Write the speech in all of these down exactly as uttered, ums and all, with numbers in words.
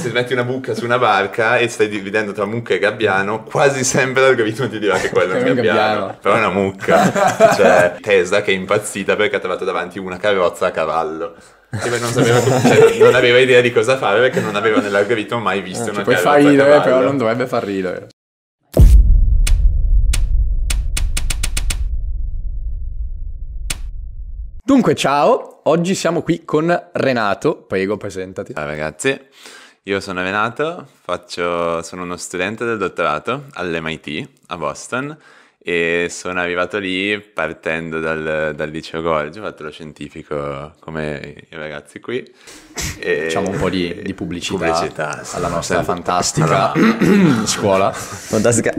Se metti una mucca su una barca e stai dividendo tra mucca e gabbiano, quasi sempre l'algoritmo ti dirà che quello è un gabbiano, gabbiano. Però è una mucca. Cioè Tesla che è impazzita perché ha trovato davanti una carrozza a cavallo. Che non, sapeva, cioè, non aveva idea di cosa fare perché non aveva nell'algoritmo mai visto eh, una cioè, carrozza a cavallo. Puoi far ridere, però non dovrebbe far ridere. Dunque, ciao, oggi siamo qui con Renato, prego presentati. Ciao ragazzi, io sono Renato, faccio, sono uno studente del dottorato all'M I T a Boston e sono arrivato lì partendo dal, dal liceo Golgi, ho fatto lo scientifico come i ragazzi qui. E facciamo un po' di, di pubblicità, pubblicità alla nostra sempre. fantastica scuola. Fantastica.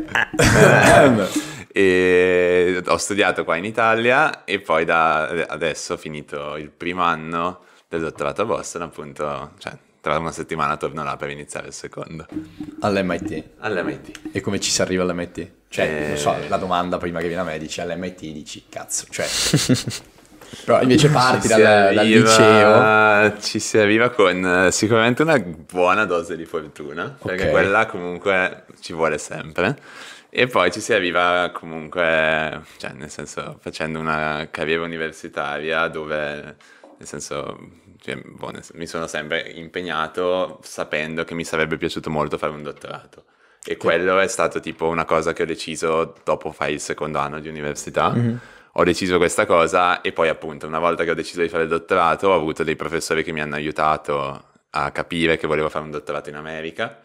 E ho studiato qua in Italia e poi da adesso ho finito il primo anno del dottorato a Boston, appunto, cioè tra una settimana torno là per iniziare il secondo. All'M I T? All'M I T. E come ci si arriva all'M I T? Cioè, e... non so, la domanda prima che viene a me dici all'M I T, dici cazzo, cioè... Però invece parti dal, arriva, dal liceo. Ci si arriva con sicuramente una buona dose di fortuna, okay. Perché quella comunque ci vuole sempre. E poi ci si arriva comunque, cioè nel senso, facendo una carriera universitaria dove, nel senso, cioè, boh, mi sono sempre impegnato sapendo che mi sarebbe piaciuto molto fare un dottorato. E quello è stato tipo una cosa che ho deciso dopo fare il secondo anno di università. Mm-hmm. Ho deciso questa cosa e poi appunto una volta che ho deciso di fare il dottorato ho avuto dei professori che mi hanno aiutato a capire che volevo fare un dottorato in America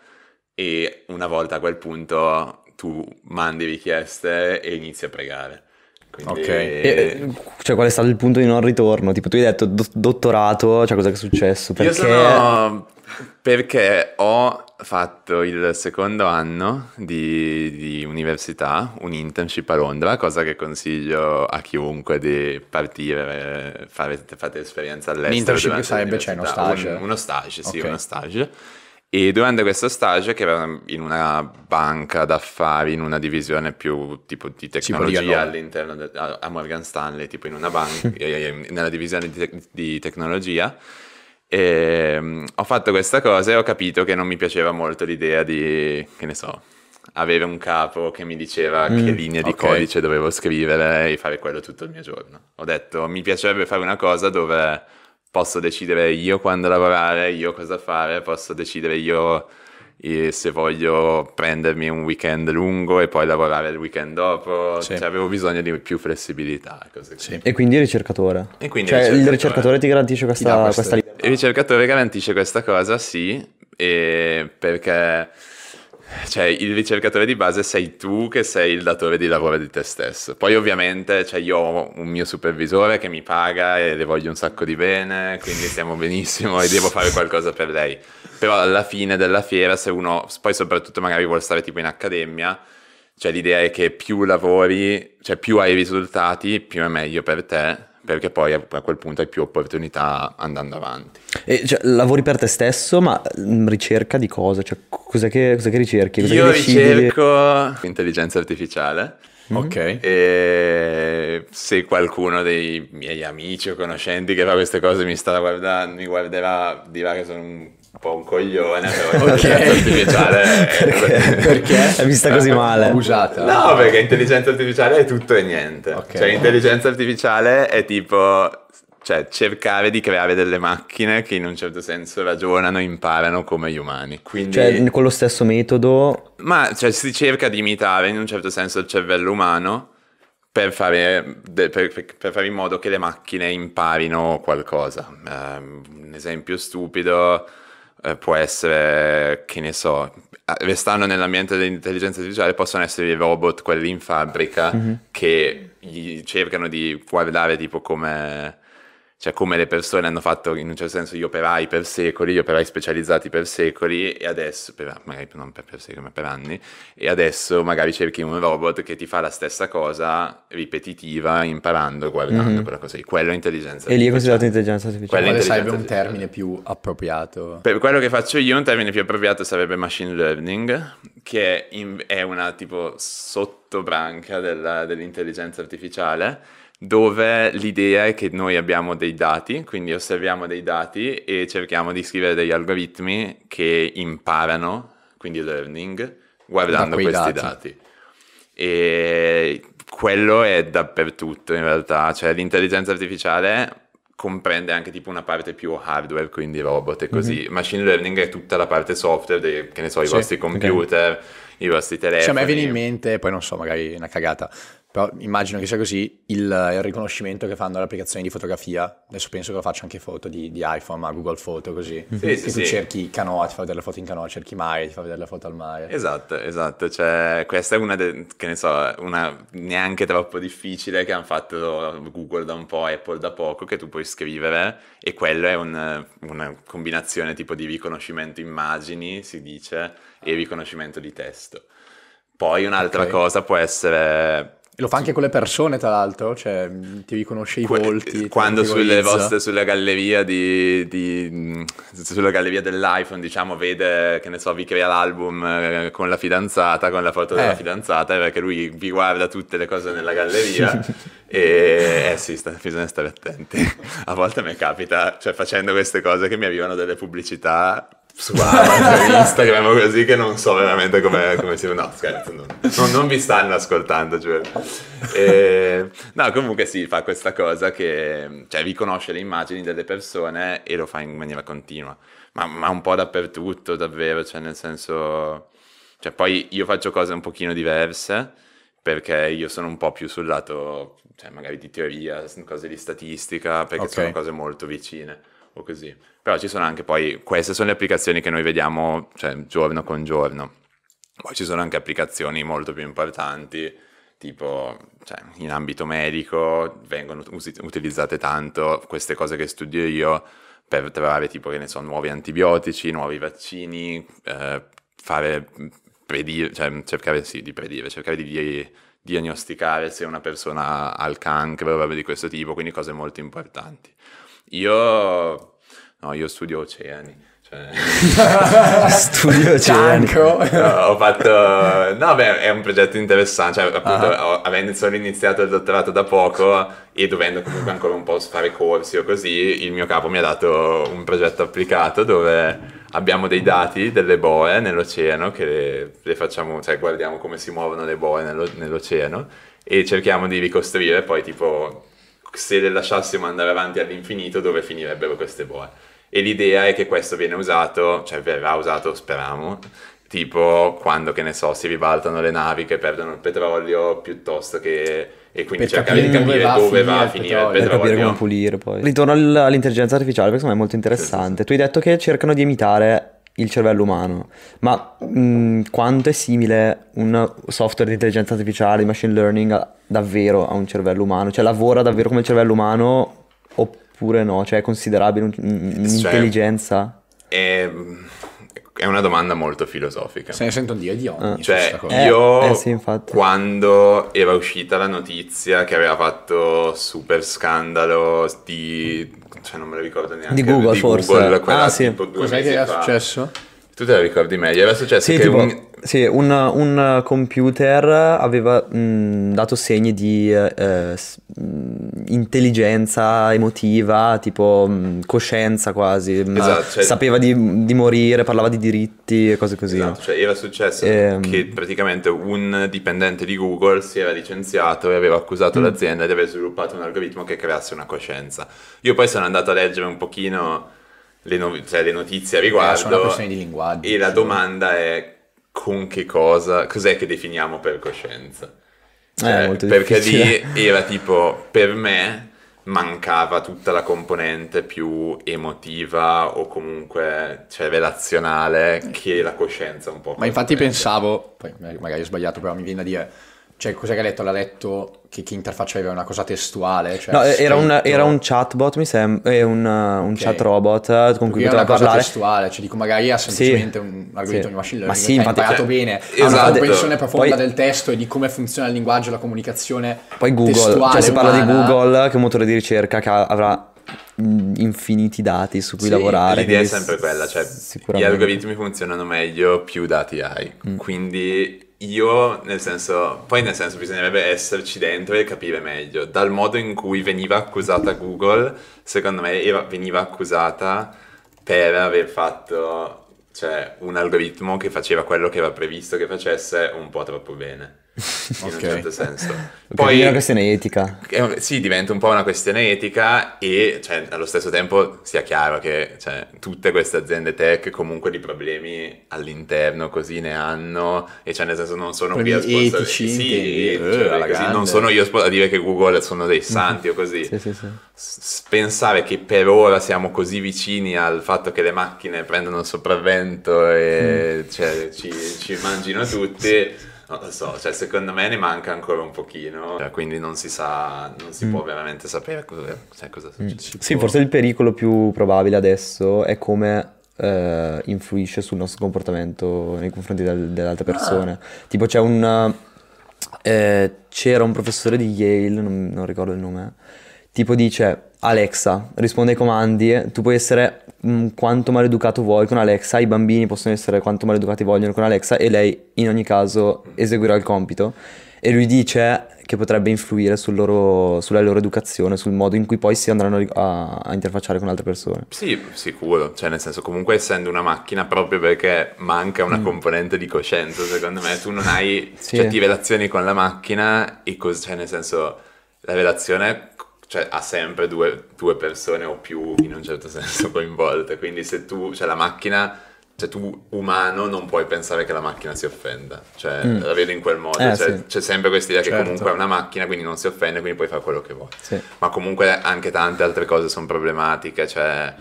e una volta a quel punto tu mandi richieste e inizi a pregare. Quindi... Ok. E, cioè qual è stato il punto di non ritorno? Tipo tu hai detto do- dottorato, cioè cosa è successo? Perché... Io sono... Perché ho fatto il secondo anno di, di università, un internship a Londra, cosa che consiglio a chiunque di partire, fare, fate esperienza all'estero. L'internship che sarebbe, c'è uno stage? Un, uno stage, sì, okay. uno stage. E durante questo stage, che era in una banca d'affari, in una divisione più tipo di tecnologia all'interno de, a Morgan Stanley, tipo in una banca, nella divisione di, te, di tecnologia, e, um, ho fatto questa cosa e ho capito che non mi piaceva molto l'idea di, che ne so, avere un capo che mi diceva mm, che linee di okay. codice dovevo scrivere e fare quello tutto il mio giorno. Ho detto, mi piacerebbe fare una cosa dove... posso decidere io quando lavorare, io cosa fare, posso decidere io eh, se voglio prendermi un weekend lungo e poi lavorare il weekend dopo, sì. Cioè avevo bisogno di più flessibilità. Così. Sì. E quindi ricercatore? E quindi cioè ricercatore. Il ricercatore ti garantisce questa, questa... questa libertà? Il ricercatore garantisce questa cosa, sì, e perché... Cioè il ricercatore di base sei tu che sei il datore di lavoro di te stesso. Poi ovviamente cioè, io ho un mio supervisore che mi paga e le voglio un sacco di bene, quindi stiamo benissimo e devo fare qualcosa per lei. Però alla fine della fiera, se uno poi soprattutto magari vuole stare tipo in accademia, cioè l'idea è che più lavori, cioè più hai risultati, più è meglio per te, perché poi a quel punto hai più opportunità andando avanti. E cioè, lavori per te stesso, ma ricerca di cosa? Cioè, cos'è che, cos'è che ricerchi? Cos'è Io che ricerco intelligenza artificiale. Ok. E se qualcuno dei miei amici o conoscenti che fa queste cose mi sta guardando, mi guarderà, dirà che sono un po' un coglione, però l'intelligenza artificiale perché? Perché? È vista così male. Abusata. No, perché intelligenza artificiale è tutto e niente. Okay. Cioè intelligenza artificiale è tipo cioè cercare di creare delle macchine che in un certo senso ragionano, imparano come gli umani. Quindi cioè con lo stesso metodo? Ma cioè si cerca di imitare in un certo senso il cervello umano per fare, per, per fare in modo che le macchine imparino qualcosa. Um, un esempio stupido eh, può essere, che ne so, restando nell'ambiente dell'intelligenza artificiale, possono essere i robot, quelli in fabbrica, mm-hmm. che gli cercano di guardare tipo come... Cioè come le persone hanno fatto in un certo senso gli operai per secoli, gli operai specializzati per secoli e adesso, per, magari non per, per secoli ma per anni, e adesso magari cerchi un robot che ti fa la stessa cosa ripetitiva imparando, guardando mm-hmm. quella cosa lì. Quello è intelligenza artificiale. E lì è considerato intelligenza artificiale. Quale sarebbe un termine più appropriato? Per quello che faccio io un termine più appropriato sarebbe machine learning, che è, in, è una tipo sottobranca della, dell'intelligenza artificiale, dove l'idea è che noi abbiamo dei dati, quindi osserviamo dei dati e cerchiamo di scrivere degli algoritmi che imparano, quindi learning, guardando questi dati. dati. E quello è dappertutto in realtà, cioè l'intelligenza artificiale comprende anche tipo una parte più hardware, quindi robot e così. Mm-hmm. Machine learning è tutta la parte software, dei, che ne so, i sì, vostri computer, okay. i vostri telefoni. Cioè a me viene in mente, poi non so, magari è una cagata, però immagino che sia così, il, il riconoscimento che fanno alle applicazioni di fotografia, adesso penso che lo faccia anche foto di, di iPhone, ma Google Foto così, sì, che sì, tu sì. cerchi canoa, ti fa vedere le foto in canoa, cerchi mare, ti fa vedere le foto al mare. Esatto, esatto, cioè questa è una, de, che ne so, una neanche troppo difficile che hanno fatto Google da un po', Apple da poco, che tu puoi scrivere e quello è un, una combinazione tipo di riconoscimento immagini, si dice, e riconoscimento di testo. Poi un'altra okay. cosa può essere... E lo fa anche con le persone, tra l'altro, cioè ti riconosce i que- volti. Quando sulle vostre, sulla galleria di, di sulla galleria dell'iPhone, diciamo, vede, che ne so, vi crea l'album con la fidanzata, con la foto eh. della fidanzata, perché lui vi guarda tutte le cose nella galleria e eh sì, sta, bisogna stare attenti. A volte mi capita, cioè facendo queste cose, che mi arrivano delle pubblicità su Instagram o così, che non so veramente come, come si... No, scherzo, non, non, non vi stanno ascoltando, giuro. E, no, comunque sì, fa questa cosa che... Cioè, riconosce le immagini delle persone e lo fa in maniera continua. Ma, ma un po' dappertutto, davvero, cioè nel senso... Cioè, poi io faccio cose un pochino diverse, perché io sono un po' più sul lato, cioè magari di teoria, cose di statistica, perché okay. sono cose molto vicine. O così. Però ci sono anche poi, queste sono le applicazioni che noi vediamo, cioè, giorno con giorno. Poi ci sono anche applicazioni molto più importanti, tipo, cioè, in ambito medico vengono us- utilizzate tanto queste cose che studio io per trovare tipo, che ne so, nuovi antibiotici, nuovi vaccini, eh, fare predire, cioè cercare sì, di predire, cercare di, di diagnosticare se una persona ha il cancro, roba di questo tipo, quindi cose molto importanti. Io, no, io studio oceani, cioè... studio oceani. No, ho fatto, no, beh, è un progetto interessante, cioè appunto uh-huh. ho, avendo solo iniziato il dottorato da poco e dovendo comunque ancora un po' fare corsi o così, il mio capo mi ha dato un progetto applicato dove abbiamo dei dati delle boe nell'oceano che le, le facciamo, cioè guardiamo come si muovono le boe nello, nell'oceano e cerchiamo di ricostruire poi tipo... se le lasciassimo andare avanti all'infinito, dove finirebbero queste boe. E l'idea è che questo viene usato, cioè verrà usato, speriamo, tipo quando, che ne so, si ribaltano le navi che perdono il petrolio, piuttosto che... e quindi per cercare di capire dove, dove va a finire il petrolio. Per capire come pulire poi. Ritorno all'intelligenza artificiale, perché secondo me è molto interessante. Sì, sì. Tu hai detto che cercano di imitare il cervello umano, ma mh, quanto è simile un software di intelligenza artificiale, di machine learning, a, davvero a un cervello umano? Cioè lavora davvero come il cervello umano oppure no? Cioè è considerabile un, un'intelligenza? Cioè, è, è una domanda molto filosofica. Se ne sentono dire di ogni. Ah. Cioè io eh, eh sì, quando era uscita la notizia che aveva fatto super scandalo di... cioè non me lo ricordo neanche, di Google di forse Google, quella ah, sì. tipo due cos'è che era successo? Tu te la ricordi meglio? Era successo sì, che tipo, un... sì, un, un computer aveva mh, dato segni di eh, intelligenza emotiva, tipo mh, coscienza quasi, esatto, cioè... sapeva di, di morire, parlava di diritti e cose così. Esatto, cioè era successo e... che praticamente un dipendente di Google si era licenziato e aveva accusato mm. l'azienda di aver sviluppato un algoritmo che creasse una coscienza. Io poi sono andato a leggere un pochino le, no- cioè le notizie a riguardo, eh, sono questioni di linguaggio, e la domanda è con che cosa, cos'è che definiamo per coscienza? Cioè, eh, molto perché difficile. Lì era tipo, per me mancava tutta la componente più emotiva o comunque cioè relazionale che la coscienza un po'. Ma infatti pensavo, poi magari ho sbagliato, però mi viene da dire, cioè cos'è che ha detto? L'ha detto che, che interfaccia aveva una cosa testuale? Cioè, no, era un, era un chatbot, mi sembra, un, un okay. chat robot con cui poteva parlare. Era una cosa testuale, cioè dico magari ha semplicemente sì, un algoritmo sì. di machine learning ma sì, che infatti, ha imparato cioè, bene, esatto. ha una comprensione profonda poi, del testo e di come funziona il linguaggio, la comunicazione poi Google, testuale cioè si parla umana. di Google che è un motore di ricerca che avrà infiniti dati su cui sì, lavorare. L'idea è sempre quella, cioè gli algoritmi funzionano meglio più dati hai, mm. quindi io nel senso, poi nel senso bisognerebbe esserci dentro e capire meglio. Dal modo in cui veniva accusata Google, secondo me era, veniva accusata per aver fatto cioè un algoritmo che faceva quello che era previsto che facesse un po' troppo bene. In okay. un certo senso. Poi è una questione etica. È, sì, diventa un po' una questione etica e cioè, allo stesso tempo sia chiaro che cioè, tutte queste aziende tech comunque di problemi all'interno così ne hanno e cioè nel senso non sono qui a sponsor- etici, sì, cioè, così, non sono io a dire che Google sono dei santi mm-hmm. o così. Sì, sì, sì. S- pensare che per ora siamo così vicini al fatto che le macchine prendono il sopravvento e mm. cioè, ci, ci mangino tutti. Non lo so, cioè secondo me ne manca ancora un pochino, cioè, quindi non si sa, non si mm. può veramente sapere cosa, cioè, cosa succede. Mm. Sì, può... forse il pericolo più probabile adesso è come eh, influisce sul nostro comportamento nei confronti del, delle altre persone. Ah. Tipo c'è un... Eh, c'era un professore di Yale, non, non ricordo il nome, tipo dice Alexa, risponde ai comandi, tu puoi essere mh, quanto maleducato vuoi con Alexa, i bambini possono essere quanto maleducati vogliono con Alexa e lei in ogni caso eseguirà il compito e lui dice che potrebbe influire sul loro, sulla loro educazione, sul modo in cui poi si andranno a, a interfacciare con altre persone. Sì, sicuro, cioè nel senso comunque essendo una macchina proprio perché manca una mm. componente di coscienza, secondo me tu non hai, sì. cioè ti relazioni con la macchina e cos- cioè nel senso la relazione cioè ha sempre due, due persone o più in un certo senso coinvolte, quindi se tu, cioè la macchina, cioè tu umano non puoi pensare che la macchina si offenda, cioè mm. la vedo in quel modo, eh, cioè, sì. c'è sempre questa idea certo. che comunque è una macchina quindi non si offende, quindi puoi fare quello che vuoi, sì. ma comunque anche tante altre cose sono problematiche, cioè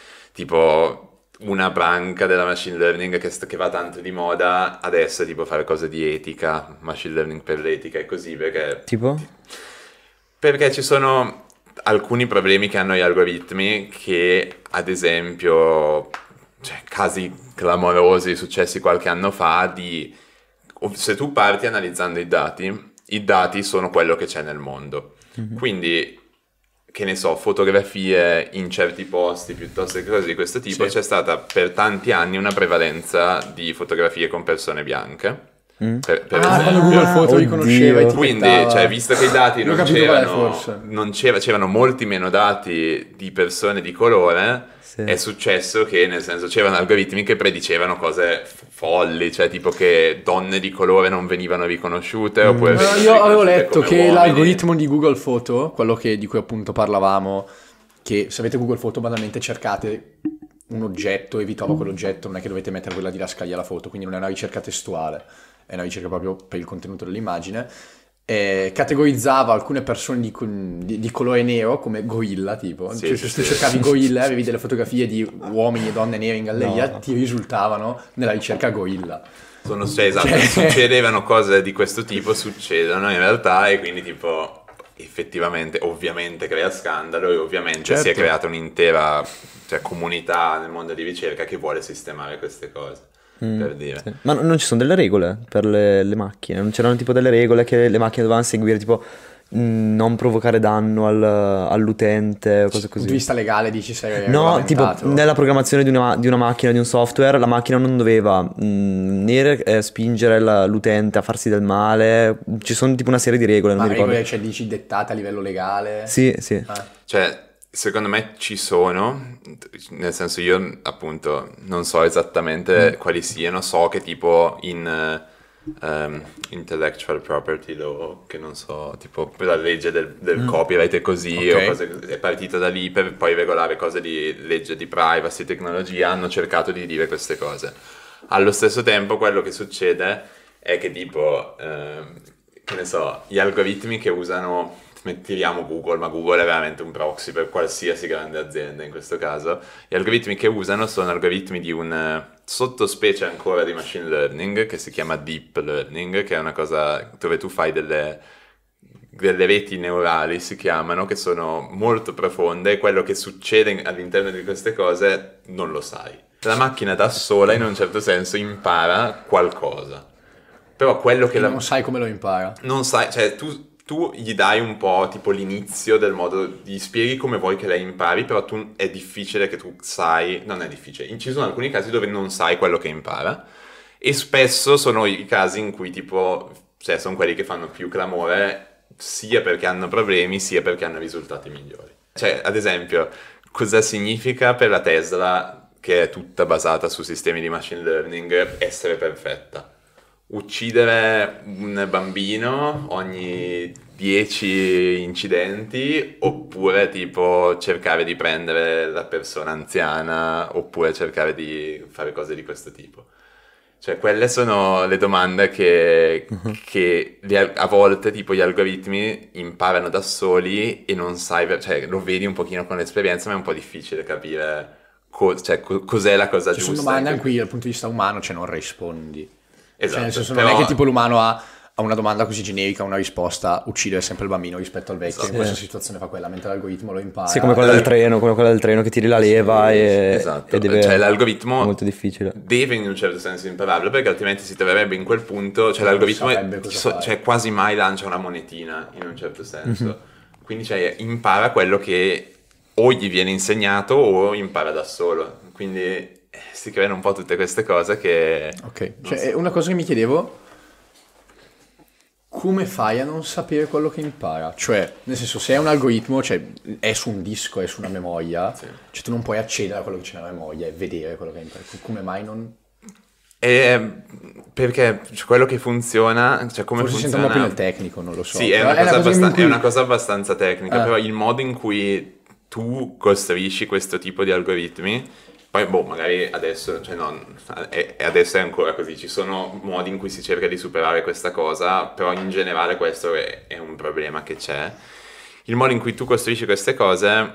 tipo una branca della machine learning che, che va tanto di moda adesso è tipo fare cose di etica, machine learning per l'etica e così, perché... Tipo? Perché ci sono alcuni problemi che hanno gli algoritmi che, ad esempio, cioè, casi clamorosi successi qualche anno fa di... Se tu parti analizzando i dati, i dati sono quello che c'è nel mondo. Mm-hmm. Quindi, che ne so, fotografie in certi posti piuttosto che cose di questo tipo, sì. c'è stata per tanti anni una prevalenza di fotografie con persone bianche. Mm. Per, per ah, quando Google Foto riconosceva e quindi cioè visto che i dati non c'erano non c'era, c'erano molti meno dati di persone di colore sì. è successo che nel senso c'erano algoritmi che predicevano cose folli, cioè tipo che donne di colore non venivano riconosciute mm. oppure no, io avevo letto che uomini. L'algoritmo di Google Foto, quello che, di cui appunto parlavamo, che se avete Google Foto banalmente cercate un oggetto e vi trova quell'oggetto, non è che dovete mettere quella didascalia alla foto, quindi non è una ricerca testuale, è una ricerca proprio per il contenuto dell'immagine, eh, categorizzava alcune persone di, di, di colore nero come gorilla, tipo, sì, cioè se tu sì. cercavi gorilla, avevi delle fotografie di uomini e donne nere in galleria, no. ti risultavano nella ricerca gorilla. Sono, cioè, esatto, cioè... succedevano cose di questo tipo, succedono in realtà e quindi tipo effettivamente ovviamente crea scandalo e ovviamente certo. si è creata un'intera cioè, comunità nel mondo di ricerca che vuole sistemare queste cose. Mm, per dire. Sì. Ma non ci sono delle regole per le, le macchine? Non c'erano tipo delle regole che le macchine dovevano seguire, tipo mh, non provocare danno al, all'utente o cose così? Dal punto di vista legale dici sei no, tipo nella programmazione di una, di una macchina, di un software, la macchina non doveva mh, né eh, spingere la, l'utente a farsi del male, ci sono tipo una serie di regole. Non Ma mi ricordo. regole, cioè dici dettate a livello legale? Sì, sì. Ah. Cioè... Secondo me ci sono, nel senso io appunto non so esattamente mm. quali siano, so che tipo in um, intellectual property law, che non so, tipo la legge del, del mm. copyright e così, okay. o cose, è partita da lì per poi regolare cose di legge di privacy, tecnologia, hanno cercato di dire queste cose. Allo stesso tempo quello che succede è che tipo, ehm, che ne so, gli algoritmi che usano... mettiamo Google, ma Google è veramente un proxy per qualsiasi grande azienda in questo caso. Gli algoritmi che usano sono algoritmi di un sottospecie ancora di machine learning che si chiama deep learning, che è una cosa dove tu fai delle, delle reti neurali, si chiamano, che sono molto profonde e quello che succede all'interno di queste cose non lo sai. La macchina da sola in un certo senso impara qualcosa, però quello che... E la... non sai come lo impara. Non sai, cioè tu... tu gli dai un po' tipo l'inizio del modo, gli spieghi come vuoi che lei impari, però tu è difficile che tu sai, non è difficile, ci sono alcuni casi dove non sai quello che impara, e spesso sono i casi in cui tipo, cioè sono quelli che fanno più clamore, sia perché hanno problemi, sia perché hanno risultati migliori. Cioè, ad esempio, cosa significa per la Tesla, che è tutta basata su sistemi di machine learning, essere perfetta? Uccidere un bambino ogni dieci incidenti, oppure tipo cercare di prendere la persona anziana, oppure cercare di fare cose di questo tipo. Cioè, quelle sono le domande che, uh-huh. che a volte tipo gli algoritmi imparano da soli e non sai, cioè lo vedi un pochino con l'esperienza, ma è un po' difficile capire co- cioè, co- cos'è la cosa cioè, giusta. Sono domande in cui dal punto di vista umano cioè non rispondi. Esatto. Cioè, nel senso, però... non è che tipo l'umano ha a una domanda così generica una risposta, uccidere sempre il bambino rispetto al vecchio, esatto. In questa situazione fa quella, mentre l'algoritmo lo impara. Sì, come quella del treno, come quella del treno che tiri la leva sì, e, esatto. e deve... Cioè l'algoritmo molto difficile. Deve in un certo senso impararlo, perché altrimenti si troverebbe in quel punto, cioè non l'algoritmo è, so, cioè, quasi mai lancia una monetina in un certo senso. Mm-hmm. Quindi cioè, impara quello che o gli viene insegnato o impara da solo. Quindi eh, si creano un po' tutte queste cose che... Ok, cioè so. Una cosa che mi chiedevo... Come fai a non sapere quello che impara? Cioè, nel senso, se è un algoritmo, cioè è su un disco, è su una memoria, sì. Cioè tu non puoi accedere a quello che c'è nella memoria e vedere quello che impara. Come mai non... E perché quello che funziona, cioè come Forse funziona... sento un po' più nel tecnico, non lo so. Sì, è una, è cosa, una, cosa abbastan- cui... è una cosa abbastanza tecnica, ah. Però il modo in cui tu costruisci questo tipo di algoritmi... Poi, boh, magari adesso, cioè non, è, adesso è ancora così, ci sono modi in cui si cerca di superare questa cosa, però in generale questo è, è un problema che c'è. Il modo in cui tu costruisci queste cose,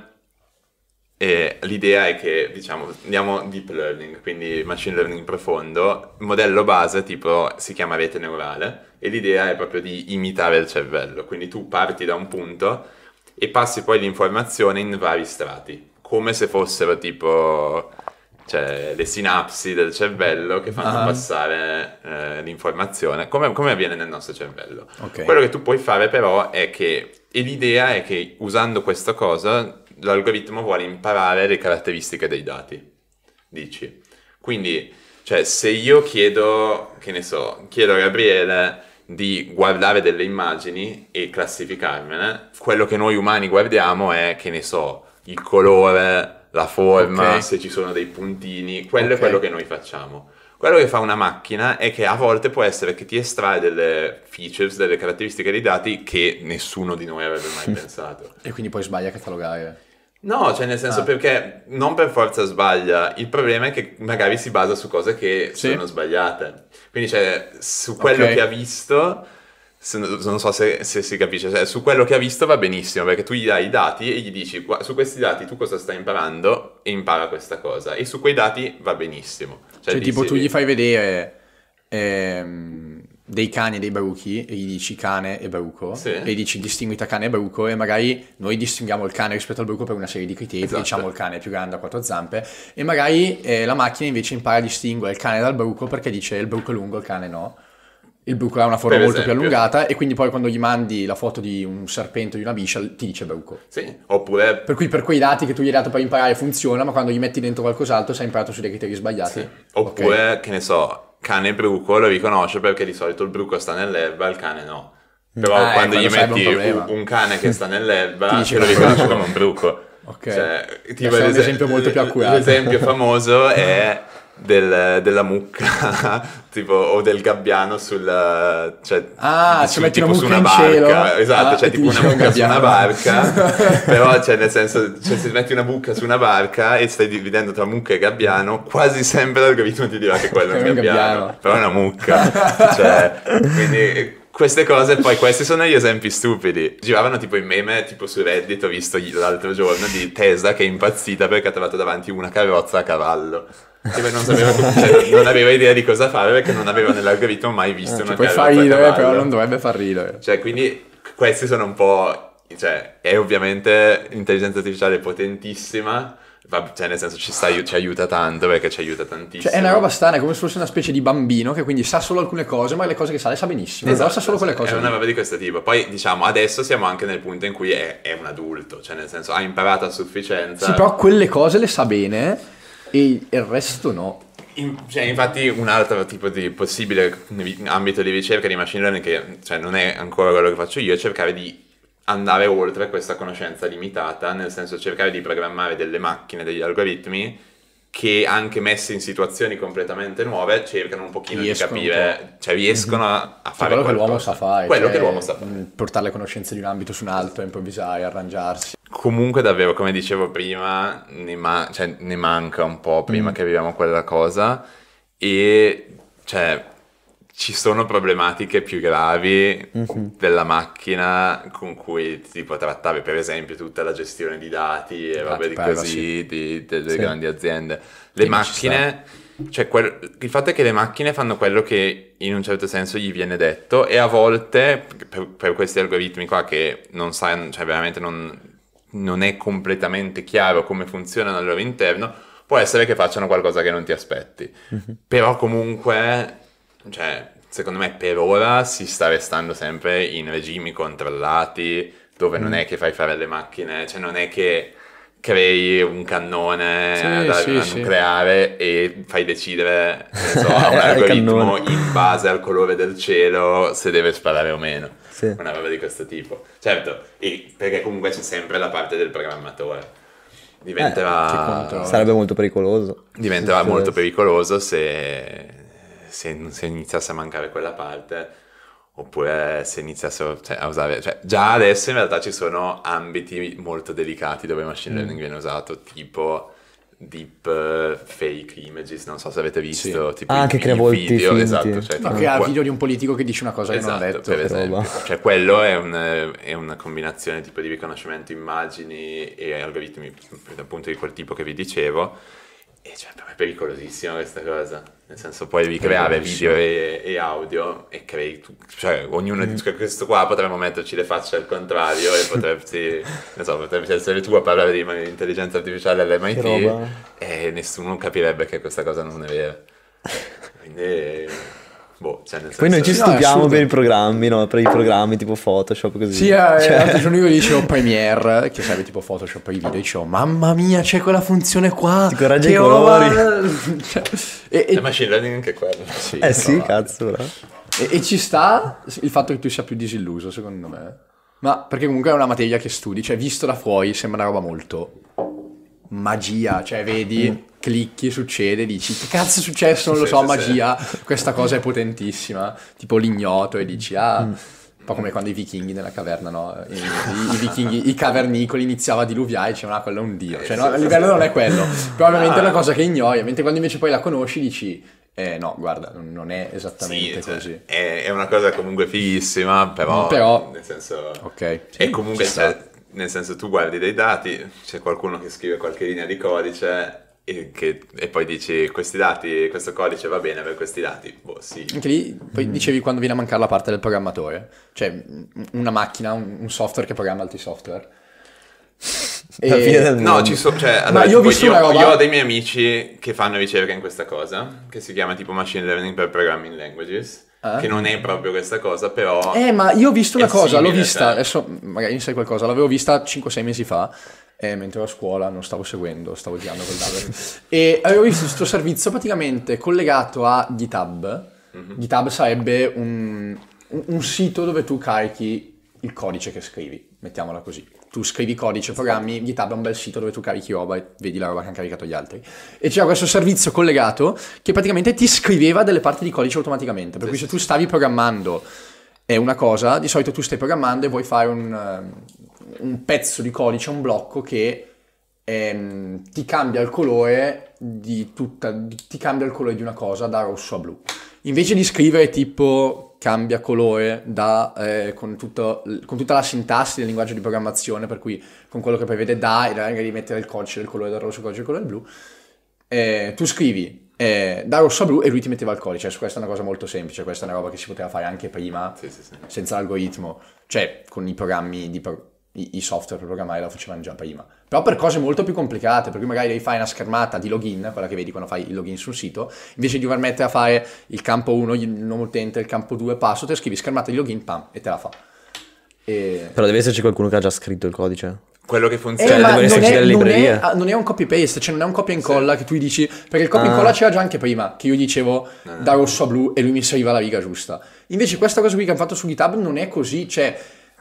eh, l'idea è che, diciamo, andiamo deep learning, quindi machine learning profondo, il modello base tipo si chiama rete neurale, e l'idea è proprio di imitare il cervello, quindi tu parti da un punto e passi poi l'informazione in vari strati, come se fossero tipo... cioè le sinapsi del cervello che fanno uh-huh. passare eh, l'informazione, come, come avviene nel nostro cervello. Okay. Quello che tu puoi fare però è che, e l'idea è che usando questa cosa, l'algoritmo vuole imparare le caratteristiche dei dati, dici. Quindi, cioè se io chiedo, che ne so, chiedo a Gabriele di guardare delle immagini e classificarmene, quello che noi umani guardiamo è, che ne so, il colore, la forma, okay. se ci sono dei puntini, quello okay. è quello che noi facciamo. Quello che fa una macchina è che a volte può essere che ti estrae delle features, delle caratteristiche dei dati che nessuno di noi avrebbe mai pensato. E quindi poi sbaglia a catalogare? No, cioè nel senso ah. perché non per forza sbaglia, il problema è che magari si basa su cose che sì. sono sbagliate. Quindi cioè su quello okay. che ha visto... non so se, se si capisce, cioè, su quello che ha visto va benissimo, perché tu gli dai i dati e gli dici su questi dati tu cosa stai imparando e impara questa cosa, e su quei dati va benissimo. Cioè, cioè dici, tipo tu gli fai vedere ehm, dei cani e dei bruchi e gli dici cane e bruco sì. e gli dici distingui tra cane e bruco, e magari noi distinguiamo il cane rispetto al bruco per una serie di criteri, esatto. diciamo il cane è più grande, ha quattro zampe, e magari eh, la macchina invece impara a distinguere il cane dal bruco perché dice il bruco è lungo, il cane no. Il bruco ha una forma molto più allungata, e quindi poi quando gli mandi la foto di un serpente o di una biscia ti dice bruco. Sì, oppure... Per cui per quei dati che tu gli hai dato per imparare funziona, ma quando gli metti dentro qualcos'altro sei imparato su dei criteri sbagliati. Sì. Oppure, okay. che ne so, cane e bruco lo riconosce perché di solito il bruco sta nell'erba, il cane no. Però ah, quando eh, gli metti un, un cane che sta nell'erba, te lo riconosce come un bruco. Ok, cioè, tipo è un esempio, esempio molto più accurato. L'esempio famoso è... Del, della mucca tipo o del gabbiano sul cioè ah ci metti tipo una su mucca una in barca cielo. esatto ah, cioè tipo una mucca su una barca però cioè nel senso cioè, se metti una mucca su una barca e stai dividendo tra mucca e gabbiano, quasi sempre l'algoritmo ti dirà che quello è un gabbiano, gabbiano. Però è una mucca cioè quindi queste cose, poi questi sono gli esempi stupidi. Giravano tipo i meme tipo su Reddit, ho visto l'altro giorno, di Tesla che è impazzita perché ha trovato davanti una carrozza a cavallo. Tipo non sapeva come, cioè, non aveva idea di cosa fare perché non aveva nell'algoritmo mai visto eh, una carrozza a cavallo. Puoi far ridere, però non dovrebbe far ridere. Cioè, quindi questi sono un po'... Cioè, è ovviamente l'intelligenza artificiale potentissima, cioè nel senso ci, sta, ci aiuta tanto perché ci aiuta tantissimo. Cioè è una roba strana, è come se fosse una specie di bambino che quindi sa solo alcune cose, ma le cose che sa le sa benissimo, esatto, però sa solo quelle cose. È una lì. roba di questo tipo. Poi diciamo adesso siamo anche nel punto in cui è, è un adulto, cioè nel senso ha imparato a sufficienza. Sì, però quelle cose le sa bene e il resto no. In, cioè, infatti un altro tipo di possibile ambito di ricerca di machine learning che cioè, non è ancora quello che faccio io è cercare di andare oltre questa conoscenza limitata, nel senso cercare di programmare delle macchine, degli algoritmi che anche messi in situazioni completamente nuove cercano un pochino riescono di capire, cioè riescono a, a fare quello qualcosa. che l'uomo sa fare, quello cioè, che l'uomo sa fare. Portare le conoscenze di un ambito su un altro, improvvisare, arrangiarsi. Comunque davvero, come dicevo prima, ne, ma- cioè, ne manca un po' prima mm. che viviamo quella cosa e cioè ci sono problematiche più gravi mm-hmm. della macchina con cui si può trattare, per esempio tutta la gestione di dati e robe di così di, delle sì. grandi aziende. Le sì, macchine, cioè quel, il fatto è che le macchine fanno quello che in un certo senso gli viene detto e a volte per, per questi algoritmi qua che non sanno, cioè veramente non, non è completamente chiaro come funzionano al loro interno, può essere che facciano qualcosa che non ti aspetti. Mm-hmm. Però comunque... cioè, secondo me per ora si sta restando sempre in regimi controllati, dove mm. non è che fai fare le macchine, cioè non è che crei un cannone sì, da, sì, da sì. nucleare e fai decidere so, a un algoritmo in base al colore del cielo se deve sparare o meno. Sì. Una roba di questo tipo. Certo, e perché comunque c'è sempre la parte del programmatore. Diventerà... Eh, sarebbe molto pericoloso. Diventerà sì, molto sì. pericoloso se... Se, se iniziasse a mancare quella parte oppure se iniziasse cioè, a usare cioè, già adesso in realtà ci sono ambiti molto delicati dove il machine learning mm. viene usato tipo deep uh, fake images, non so se avete visto sì. tipo ah, i, che i crea volti video finti. esatto, cioè, no, tipo, crea video di un politico che dice una cosa esatto, che non ha detto per esempio cioè quello è, un, è una combinazione tipo di riconoscimento immagini e algoritmi appunto di quel tipo che vi dicevo. E cioè, per me è pericolosissima questa cosa, nel senso puoi ricreare video e, e audio e crei, tu, cioè ognuno mm. di questo qua potremmo metterci le facce al contrario e potresti, non so, potrebbe essere tu a parlare di intelligenza artificiale all'M I T e nessuno capirebbe che questa cosa non è vera. Quindi... boh, cioè nel poi senso... noi ci studiamo no, per i programmi, no? Per i programmi tipo Photoshop così. Sì, eh, cioè... l'altro giorno io dicevo Premiere, che serve tipo Photoshop per i video, dicevo mamma mia c'è quella funzione qua, ti corregge i colori. Cioè, e, e... la machine learning anche quello. Sì, eh sì, cazzo però. E, e ci sta il fatto che tu sia più disilluso secondo me. Ma perché comunque è una materia che studi, cioè visto da fuori sembra una roba molto magia, cioè vedi... Mm. Clicchi, succede, dici che cazzo è successo, non lo so, sì, magia, sì. Questa cosa è potentissima, tipo l'ignoto e dici ah, mm. un po' come quando i vichinghi nella caverna, no? I, i, i vichinghi, i cavernicoli iniziava a diluviare e dicevano ah, quello è un dio, cioè no, il livello non è quello, però ovviamente ah. è una cosa che ignori, mentre quando invece poi la conosci dici eh no, guarda, non è esattamente sì, così. È, è una cosa comunque fighissima, però, però nel senso, ok, sì, e comunque cioè, nel senso tu guardi dei dati, c'è qualcuno che scrive qualche linea di codice... E, che, e poi dici questi dati, questo codice va bene per questi dati, boh sì. Anche lì poi mm. dicevi quando viene a mancare la parte del programmatore, cioè una macchina, un, un software che programma altri software. E... no, ci so, cioè, allora, ma io ho visto io, una roba... io ho dei miei amici che fanno ricerca in questa cosa, che si chiama tipo machine learning per programming languages. Eh? Che non è proprio questa cosa, però... Eh, ma io ho visto una cosa, simile, l'ho vista, cioè... adesso magari sai qualcosa, l'avevo vista cinque sei mesi fa, eh, mentre ero a scuola, non stavo seguendo, stavo girando col tablet. E avevo visto questo servizio praticamente collegato a GitHub. Mm-hmm. GitHub sarebbe un, un, un sito dove tu carichi il codice che scrivi, mettiamola così. Tu scrivi codice, programmi, GitHub è un bel sito dove tu carichi roba e vedi la roba che hanno caricato gli altri. E c'era questo servizio collegato che praticamente ti scriveva delle parti di codice automaticamente. Per cui se tu stavi programmando è una cosa, di solito tu stai programmando e vuoi fare un, un pezzo di codice, un blocco che ehm, ti cambia il colore di tutta, ti cambia il colore di una cosa da rosso a blu. Invece di scrivere tipo cambia colore da, eh, con, tutto, con tutta la sintassi del linguaggio di programmazione, per cui con quello che prevede da e magari mettere il codice del colore del rosso e il codice del colore del blu, eh, tu scrivi eh, da rosso a blu e lui ti metteva il codice. Adesso questa è una cosa molto semplice, questa è una roba che si poteva fare anche prima, sì, sì, sì. senza l'algoritmo, cioè con i programmi di pro- I, i software per programmare lo facevano già prima. Però per cose molto più complicate, per cui magari devi fare una schermata di login, quella che vedi quando fai il login sul sito, invece di dover mettere a fare il campo uno, il nome utente, il campo due, password, te scrivi schermata di login, pam, e te la fa. E... Però deve esserci qualcuno che ha già scritto il codice. Quello che funziona eh, ma devono non, esserci è, delle non, librerie. è, non è un copy paste, cioè non è un copia e incolla sì. che tu dici, perché il copia e Ah. incolla c'era già anche prima, che io dicevo no, no. da rosso a blu e lui mi serviva la riga giusta. Invece questa cosa qui che hanno fatto su GitHub non è così, cioè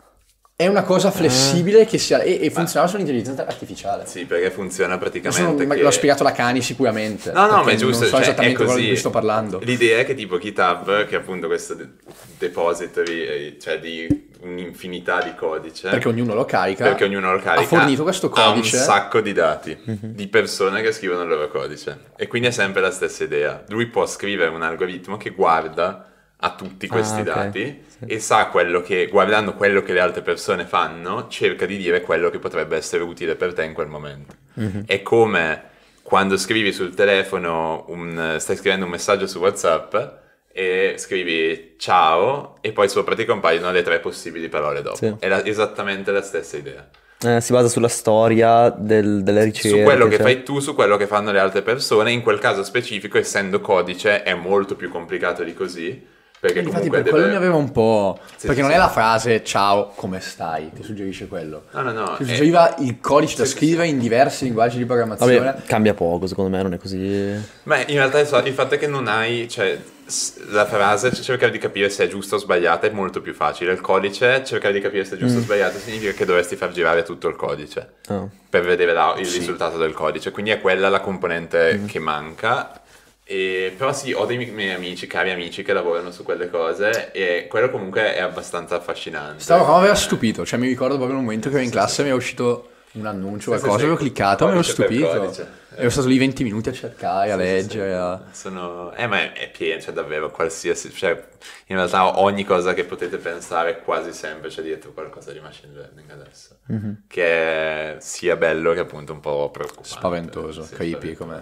è una cosa flessibile ah. che sia e, e funziona sull'intelligenza artificiale. Sì, perché funziona praticamente sono, che... L'ho spiegato la Cani sicuramente. No, no, ma è giusto, non so cioè, esattamente è quello di così. cui sto parlando. L'idea è che tipo GitHub, che è appunto questo de- depository, cioè di un'infinità di codice, perché ognuno lo carica, perché ognuno lo carica, ha fornito questo codice, ha un sacco di dati mm-hmm. di persone che scrivono il loro codice e quindi è sempre la stessa idea. Lui può scrivere un algoritmo che guarda a tutti questi ah, okay. dati sì. e sa quello che, guardando quello che le altre persone fanno, cerca di dire quello che potrebbe essere utile per te in quel momento. Mm-hmm. È come quando scrivi sul telefono, un, stai scrivendo un messaggio su WhatsApp e scrivi ciao e poi sopra ti compaiono le tre possibili parole dopo. Sì. È la, esattamente la stessa idea. Eh, si basa sulla storia del, delle ricerche. Su quello che cioè... fai tu, su quello che fanno le altre persone. In quel caso specifico, essendo codice, è molto più complicato di così. Perché infatti comunque per quello deve... mi aveva un po'... Sì, perché sì, non sì. è la frase ciao, come stai? Ti suggerisce quello. No, no, no. Ti suggeriva è... il codice da sì, scrivere sì. in diversi linguaggi di programmazione. Vabbè, cambia poco, secondo me non è così... Beh, in realtà il fatto è che non hai... cioè la frase, cercare di capire se è giusta o sbagliata è molto più facile. Il codice, cercare di capire se è giusto mm. o sbagliato significa che dovresti far girare tutto il codice oh. per vedere la, il sì. risultato del codice. Quindi è quella la componente mm. che manca. E, però sì, ho dei miei amici, cari amici che lavorano su quelle cose e quello comunque è abbastanza affascinante. Stavo come aveva stupito, cioè mi ricordo proprio un momento che ero in classe e mi è uscito un annuncio, qualcosa, sì, sì, avevo cliccato, mi ero stupito. Ero stato lì venti minuti a cercare, a sì, leggere. Sì, a... Sono... Eh, ma è, è pieno, cioè davvero qualsiasi... Cioè, in realtà ogni cosa che potete pensare quasi sempre c'è dietro qualcosa di machine learning adesso. Mm-hmm. Che è sia bello che appunto un po' preoccupante. Spaventoso, sì, creepy com'è.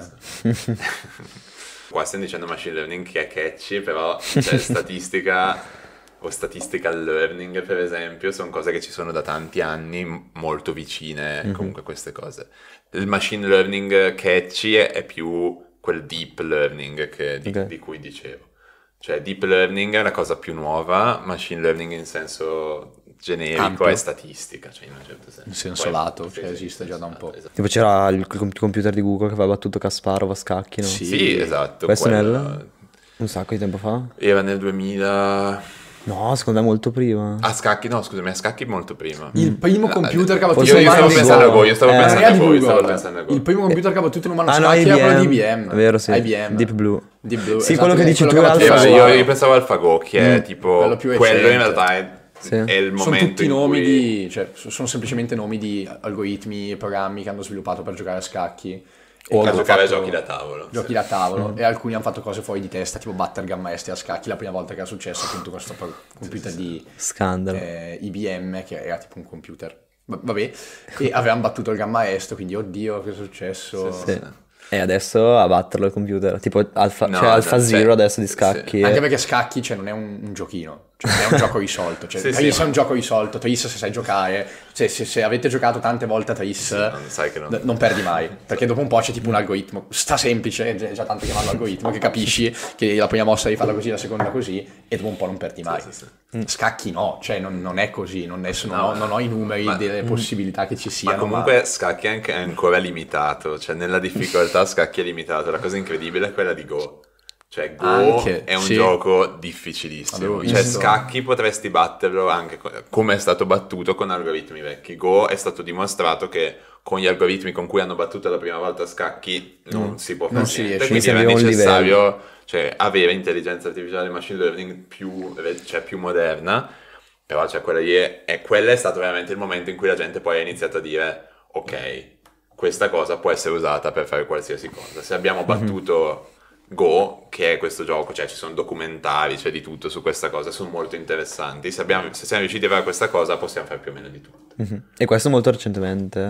Qua stiamo dicendo machine learning che è catchy, però c'è statistica... o statistical learning per esempio, sono cose che ci sono da tanti anni, molto vicine mm-hmm. comunque a queste cose. Il machine learning catchy è, è più quel deep learning che, di, okay. di cui dicevo. Cioè deep learning è una cosa più nuova, machine learning in senso generico ampio. È statistica, cioè in un certo senso. In senso Poi, lato, sì, cioè sì, esiste sì, già da un esatto, po'. esatto. Tipo c'era il computer di Google che aveva battuto Kasparov a scacchi, no? Sì, sì esatto. Questo quello... nel... un sacco di tempo fa? Era nel duemila... No, secondo me molto prima. A scacchi, no, scusami, a scacchi molto prima. Il primo computer che ha battuto io, io stavo pensando a voi, io stavo eh, pensando a voi, stavo Google. pensando a voi. Il primo computer che ha battuto in umano ah, scacchi no, era quello di I B M. È vero, sì. I B M. Deep Blue. Deep Blue. Sì, esatto, quello che dici tu è AlphaGo. Io, io pensavo AlphaGo, che mm. è tipo quello, più quello in realtà è, sì. è il momento sono tutti in nomi cui... di, cioè sono semplicemente nomi di algoritmi e programmi che hanno sviluppato per giocare a scacchi. O per giocare a giochi da tavolo. Giochi sì. da tavolo. Mm. E alcuni hanno fatto cose fuori di testa, tipo battere gamma est a scacchi. La prima volta che era successo appunto questo computer sì, sì, di scandalo. Eh, I B M, che era tipo un computer. Vabbè, e avevano battuto il gamma est, quindi oddio, che è successo? Sì, sì. E adesso a batterlo il computer, tipo Alpha, no, cioè Alpha no, Zero cioè, adesso di scacchi. Sì. E... Anche perché scacchi cioè, non è un, un giochino, cioè non è un gioco risolto. Cioè, sì, Tris sì, è un gioco risolto, Tris se sai giocare, cioè, se, se avete giocato tante volte a Tris sì, non, sai che non... d- non perdi mai, perché dopo un po' c'è tipo un algoritmo, sta semplice, è già tanto chiamarlo algoritmo, che capisci che la prima mossa devi farla così, la seconda così, e dopo un po' non perdi mai. Sì, sì, sì. Scacchi no, cioè non, non è così, non, è, non, no, ho, non ho i numeri ma, delle possibilità che ci siano. Ma comunque ma... scacchi è anche ancora limitato, cioè nella difficoltà scacchi è limitato, la cosa incredibile è quella di Go. Cioè Go anche, è un sì. gioco difficilissimo, cioè scacchi potresti batterlo anche come è stato battuto con algoritmi vecchi. Go è stato dimostrato che con gli algoritmi con cui hanno battuto la prima volta scacchi non mm. si può fare non si niente, riesce. quindi era necessario cioè, avere intelligenza artificiale e machine learning più, cioè, più moderna, però cioè, quella, lì è, è, quella è stato veramente il momento in cui la gente poi ha iniziato a dire ok, questa cosa può essere usata per fare qualsiasi cosa. Se abbiamo battuto mm-hmm. Go, che è questo gioco, cioè ci sono documentari, c'è di tutto su questa cosa, sono molto interessanti. Se, abbiamo, se siamo riusciti a fare questa cosa, possiamo fare più o meno di tutto. Mm-hmm. E questo molto recentemente?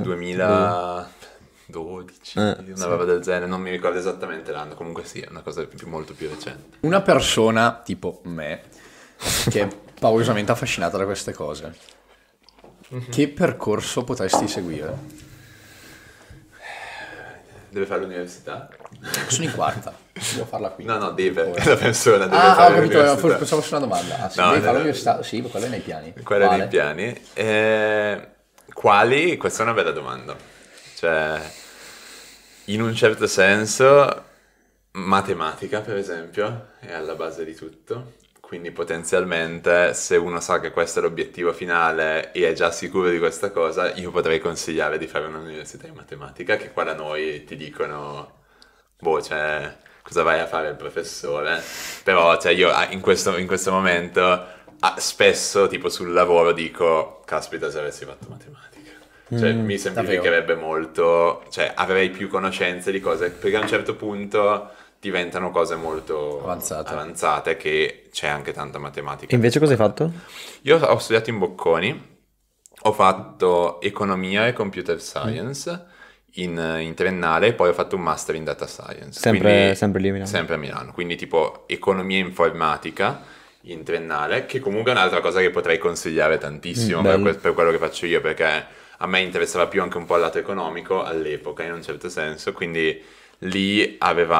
duemiladodici, eh, una sì. roba del genere, non mi ricordo esattamente l'anno, comunque sì, è una cosa più, molto più recente. Una persona tipo me, che è paurosamente affascinata da queste cose, Mm-hmm. Che percorso potresti seguire? Deve fare l'università? Sono in quarta, devo farla qui. No, no, deve, Ora. La persona deve ah, fare ho l'università. Ah, ho capito, pensavo fosse una domanda. Ah, sì, no, devi no, fare no. l'università? Sì, quello è nei piani. Quello è nei piani. Eh, quali? Questa è una bella domanda. Cioè, in un certo senso, matematica, per esempio, è alla base di tutto. Quindi potenzialmente, se uno sa che questo è l'obiettivo finale e è già sicuro di questa cosa, io potrei consigliare di fare un'università in matematica, che qua da noi ti dicono, boh, cioè, cosa vai a fare il professore? Però, cioè, io in questo, in questo momento, ah, spesso, tipo sul lavoro, dico, caspita, se avessi fatto matematica. Cioè, mm, mi semplificherebbe davvero. molto, cioè, avrei più conoscenze di cose, perché a un certo punto diventano cose molto avanzate. avanzate che c'è anche tanta matematica. E invece cosa hai fatto? Io ho studiato in Bocconi, ho fatto economia e computer science mm. in, in triennale e poi ho fatto un master in data science. Sempre, quindi, sempre lì a Milano? Sempre a Milano, quindi tipo economia e informatica in triennale, che comunque è un'altra cosa che potrei consigliare tantissimo mm, per, per quello che faccio io, perché a me interessava più anche un po' il lato economico all'epoca in un certo senso, quindi lì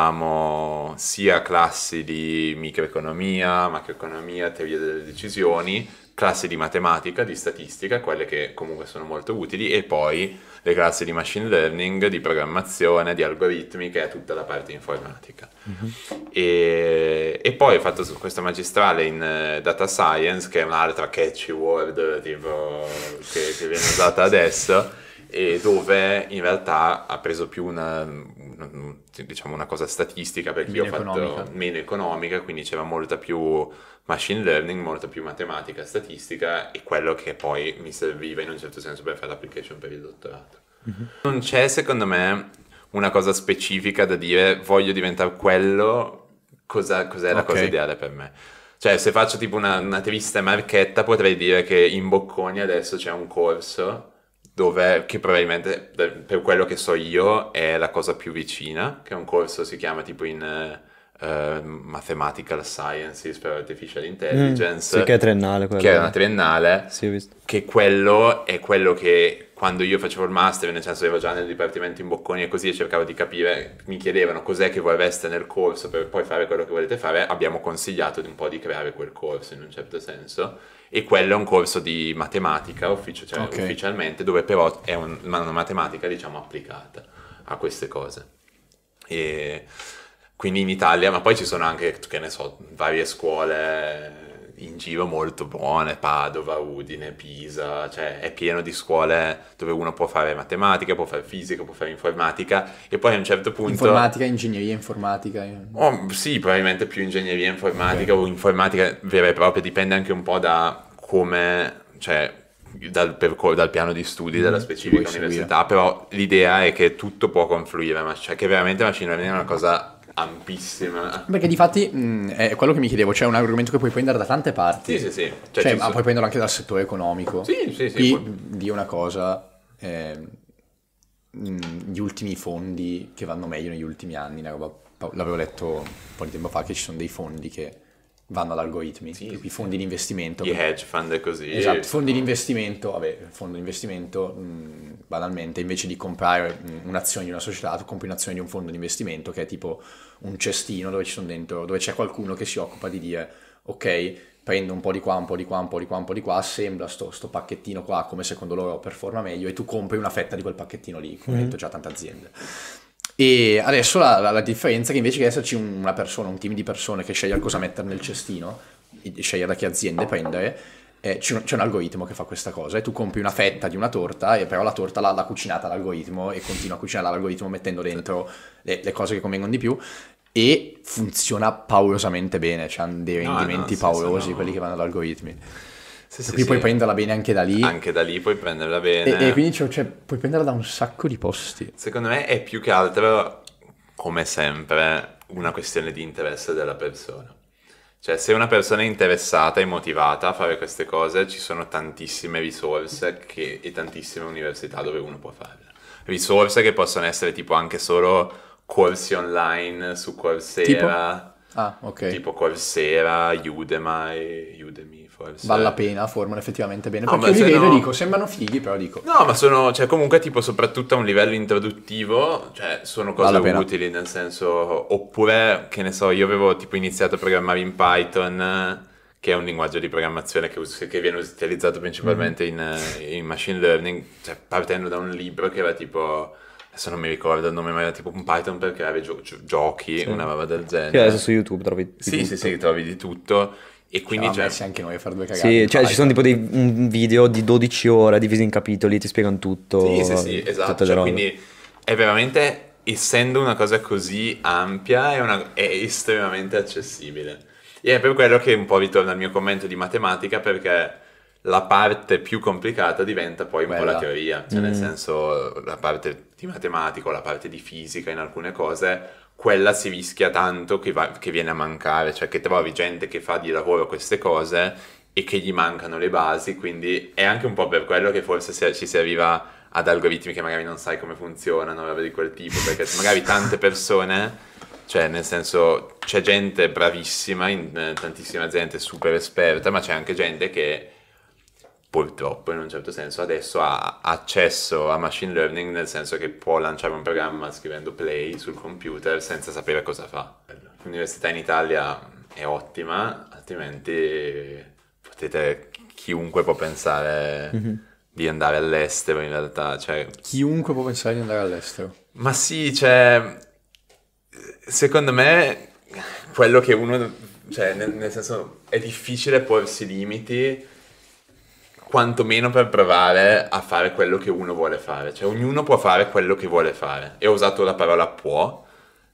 avevamo sia classi di microeconomia, macroeconomia, teoria delle decisioni, classi di matematica, di statistica, quelle che comunque sono molto utili, e poi le classi di machine learning, di programmazione, di algoritmi, che è tutta la parte informatica. Mm-hmm. E, e poi ho fatto questa magistrale in uh, data science, che è un'altra catchy word tipo che, che viene usata adesso, e dove in realtà ha preso più una, diciamo, una cosa statistica, perché meno io ho fatto economica. meno economica, quindi c'era molta più machine learning, molta più matematica, statistica, e quello che poi mi serviva in un certo senso per fare l'application per il dottorato. Mm-hmm. Non c'è secondo me una cosa specifica da dire voglio diventare quello, cosa, cos'è okay. la cosa ideale per me. Cioè, se faccio tipo una, una triste marchetta, potrei dire che in Bocconi adesso c'è un corso dove, che probabilmente per quello che so io è la cosa più vicina, che è un corso, si chiama tipo in uh, Mathematical Sciences per Artificial Intelligence, mm, sì, che è triennale quello. Che è una triennale, sì, ho visto. Che quello è quello che quando io facevo il master, nel senso ero già nel dipartimento in Bocconi e così, e cercavo di capire, mi chiedevano cos'è che vorreste nel corso per poi fare quello che volete fare, abbiamo consigliato di un po' di creare quel corso in un certo senso. E quello è un corso di matematica ufficio, cioè okay. ufficialmente, dove però è un, una matematica, diciamo, applicata a queste cose. E quindi in Italia, ma poi ci sono anche, che ne so, varie scuole in giro molto buone, Padova, Udine, Pisa, cioè è pieno di scuole dove uno può fare matematica, può fare fisica, può fare informatica, e poi a un certo punto... Informatica, ingegneria informatica? Oh, sì, probabilmente più ingegneria informatica okay. o informatica vera e propria, dipende anche un po' da come, cioè dal, percor- dal piano di studi della specifica università, seguire. Però l'idea è che tutto può confluire, ma cioè che veramente machine learning è una cosa ampissima. Perché difatti mh, è quello che mi chiedevo, c'è un argomento che puoi prendere da tante parti. Sì, sì, sì. Cioè, cioè ma so... puoi prenderlo anche dal settore economico. Sì, sì, sì. Qui poi... di una cosa, eh, gli ultimi fondi che vanno meglio negli ultimi anni, una roba, l'avevo letto un po' di tempo fa, che ci sono dei fondi che vanno ad algoritmi, sì, i fondi di investimento. I hedge fund e così. Esatto, fondi di investimento, vabbè, fondo di investimento, mh, banalmente, invece di comprare mh, un'azione di una società, tu compri un'azione di un fondo di investimento che è tipo un cestino dove ci sono dentro, dove c'è qualcuno che si occupa di dire, ok, prendo un po' di qua, un po' di qua, un po' di qua, un po' di qua, assembla sto, sto pacchettino qua come secondo loro performa meglio, e tu compri una fetta di quel pacchettino lì, come mm-hmm. detto già tante aziende. E adesso la, la, la differenza è che invece che esserci una persona, un team di persone che sceglie cosa mettere nel cestino, sceglie da che aziende prendere, eh, c'è, un, c'è un algoritmo che fa questa cosa, e tu compri una fetta di una torta, e però la torta l'ha, l'ha cucinata l'algoritmo e continua a cucinare l'algoritmo mettendo dentro le, le cose che convengono di più, e funziona paurosamente bene, c'hanno cioè dei rendimenti no, no, paurosi sì, sì, no. quelli che vanno ad algoritmi. Sì, sì, qui sì. puoi prenderla bene anche da lì. Anche da lì puoi prenderla bene. E, e quindi cioè, cioè, puoi prenderla da un sacco di posti. Secondo me è più che altro, come sempre, una questione di interesse della persona. Cioè, se una persona è interessata e motivata a fare queste cose, ci sono tantissime risorse che, e tantissime università dove uno può farle. Risorse che possono essere tipo anche solo corsi online su Coursera. Tipo? Ah, ok. Tipo Coursera, Udemy, Udemy forse. Vale la pena, formano effettivamente bene. No, perché io li vedo no... e dico, sembrano fighi, però dico... No, ma sono, cioè comunque tipo soprattutto a un livello introduttivo, cioè sono cose vale utili, nel senso, oppure, che ne so, io avevo tipo iniziato a programmare in Python, che è un linguaggio di programmazione che, us- che viene utilizzato principalmente mm-hmm. in, in machine learning, cioè partendo da un libro che era tipo... Adesso non mi ricordo il nome, ma era tipo un Python per creare gio- gio- giochi, sì. una roba del genere. Sì, adesso su YouTube trovi di sì, tutto. Sì, sì, trovi di tutto. E quindi cioè, cioè, anche noi a fare due cagate. Sì, cioè ci sono tipo dei un video di dodici ore divisi in capitoli, ti spiegano tutto. Sì, sì, sì, esatto. Cioè, quindi è veramente, essendo una cosa così ampia, è, una, è estremamente accessibile. E è per quello che un po' ritorno al mio commento di matematica, perché la parte più complicata diventa poi un Bella. po' la teoria, cioè mm. nel senso la parte di matematica o la parte di fisica in alcune cose, quella si rischia tanto che, va, che viene a mancare, cioè che trovi gente che fa di lavoro queste cose e che gli mancano le basi, quindi è anche un po' per quello che forse si, ci si arriva ad algoritmi che magari non sai come funzionano, roba di quel tipo, perché magari tante persone... Cioè, nel senso, c'è gente bravissima in eh, tantissime aziende, super esperta, ma c'è anche gente che purtroppo in un certo senso adesso ha accesso a machine learning, nel senso che può lanciare un programma scrivendo play sul computer senza sapere cosa fa. L'università in Italia è ottima, altrimenti potete, chiunque può pensare mm-hmm. di andare all'estero in realtà. Cioè... Chiunque può pensare di andare all'estero? Ma sì, cioè... Secondo me quello che uno, cioè nel, nel senso è difficile porsi limiti, quantomeno per provare a fare quello che uno vuole fare, cioè ognuno può fare quello che vuole fare, e ho usato la parola può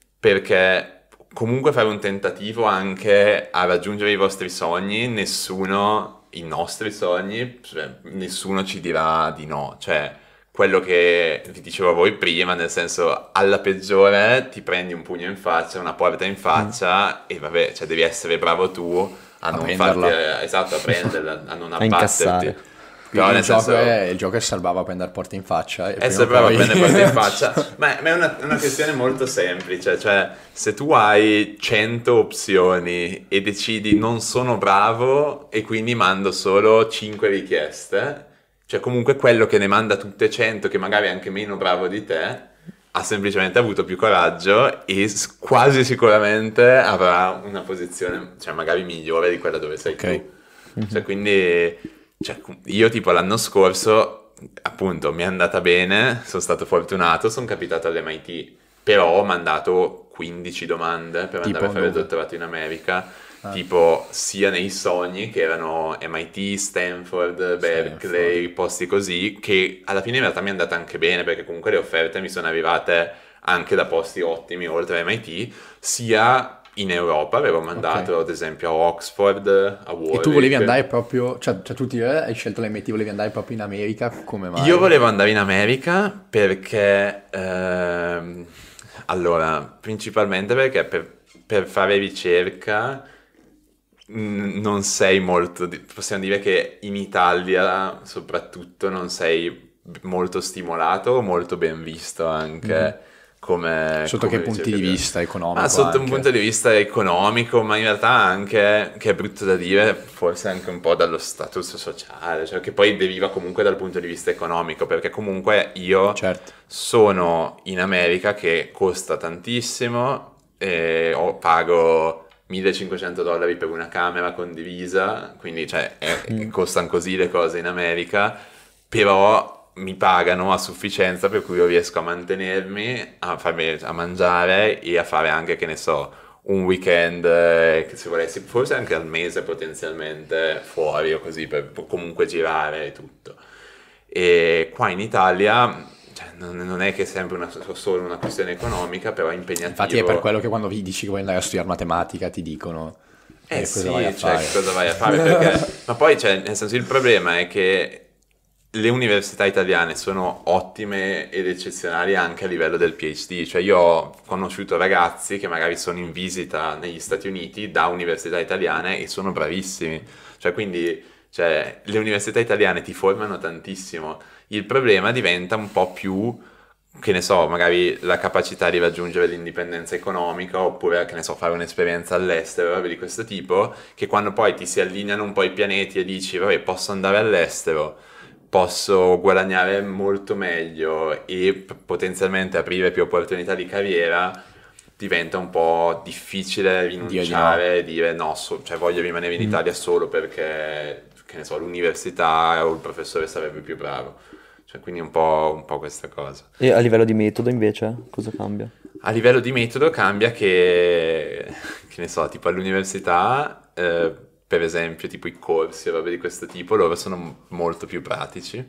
perché comunque fare un tentativo anche a raggiungere i vostri sogni, nessuno, i nostri sogni, cioè, nessuno ci dirà di no, cioè quello che vi dicevo a voi prima, nel senso, alla peggiore ti prendi un pugno in faccia, una porta in faccia mm. e vabbè, cioè devi essere bravo tu a, a non farti, eh, esatto, a prenderla, a non abbatterti. Però il, gioco senso, è, il gioco è essere bravo a prendere porte in faccia. Essere bravo poi... a prendere porte in faccia, ma, ma è una, una questione molto semplice, cioè se tu hai cento opzioni e decidi non sono bravo e quindi mando solo cinque richieste, cioè comunque quello che ne manda tutte cento, che magari è anche meno bravo di te, ha semplicemente avuto più coraggio e quasi sicuramente avrà una posizione, cioè magari migliore di quella dove sei okay. tu. Mm-hmm. Cioè quindi... Cioè, io tipo l'anno scorso, appunto, mi è andata bene, sono stato fortunato, sono capitato all'M I T, però ho mandato quindici domande per tipo andare a fare il dottorato in America, ah. tipo sia nei sogni, che erano M I T, Stanford, Berkeley, Stanford. Posti così, che alla fine in realtà mi è andata anche bene, perché comunque le offerte mi sono arrivate anche da posti ottimi oltre a M I T, sia... in Europa avevo mandato okay. ad esempio a Oxford, a Warwick. E tu volevi andare proprio, cioè, cioè tu ti hai scelto l'M I T, volevi andare proprio in America, come mai? Io volevo andare in America perché, ehm, allora, principalmente perché per, per fare ricerca mh, non sei molto, possiamo dire che in Italia soprattutto non sei molto stimolato o molto ben visto anche. Mm. Come, sotto come che punti di vista economico? Ah, sotto anche. un punto di vista economico, ma in realtà anche, che è brutto da dire, forse anche un po' dallo status sociale, cioè che poi deriva comunque dal punto di vista economico, perché comunque io certo. sono in America che costa tantissimo, e ho, pago millecinquecento dollari per una camera condivisa, quindi cioè, è, mm. costano così le cose in America, però... mi pagano a sufficienza per cui io riesco a mantenermi, a farmi a mangiare e a fare anche, che ne so, un weekend, eh, che se volessi, forse anche al mese potenzialmente fuori o così, per comunque girare e tutto. E qua in Italia, cioè, non, non è che è sempre una, solo una questione economica, però è impegnativo. Infatti è per quello che quando vi dici che vuoi andare a studiare matematica ti dicono... Eh, eh sì, cosa vai a cioè, fare? cosa vai a fare? Perché... ma poi, cioè, nel senso, il problema è che le università italiane sono ottime ed eccezionali anche a livello del P H D, cioè io ho conosciuto ragazzi che magari sono in visita negli Stati Uniti da università italiane e sono bravissimi, cioè quindi cioè, le università italiane ti formano tantissimo, il problema diventa un po' più che ne so, magari la capacità di raggiungere l'indipendenza economica, oppure, che ne so, fare un'esperienza all'estero, robe di questo tipo, che quando poi ti si allineano un po' i pianeti e dici, vabbè, posso andare all'estero, posso guadagnare molto meglio e p- potenzialmente aprire più opportunità di carriera, diventa un po' difficile rinunciare e dire no, so- cioè voglio rimanere in Mm. Italia solo perché, che ne so, l'università o il professore sarebbe più bravo. Cioè, quindi un po', un po' questa cosa. E a livello di metodo invece, cosa cambia? A livello di metodo cambia che, che ne so, tipo all'università, eh, per esempio, tipo i corsi o robe di questo tipo, loro sono molto più pratici.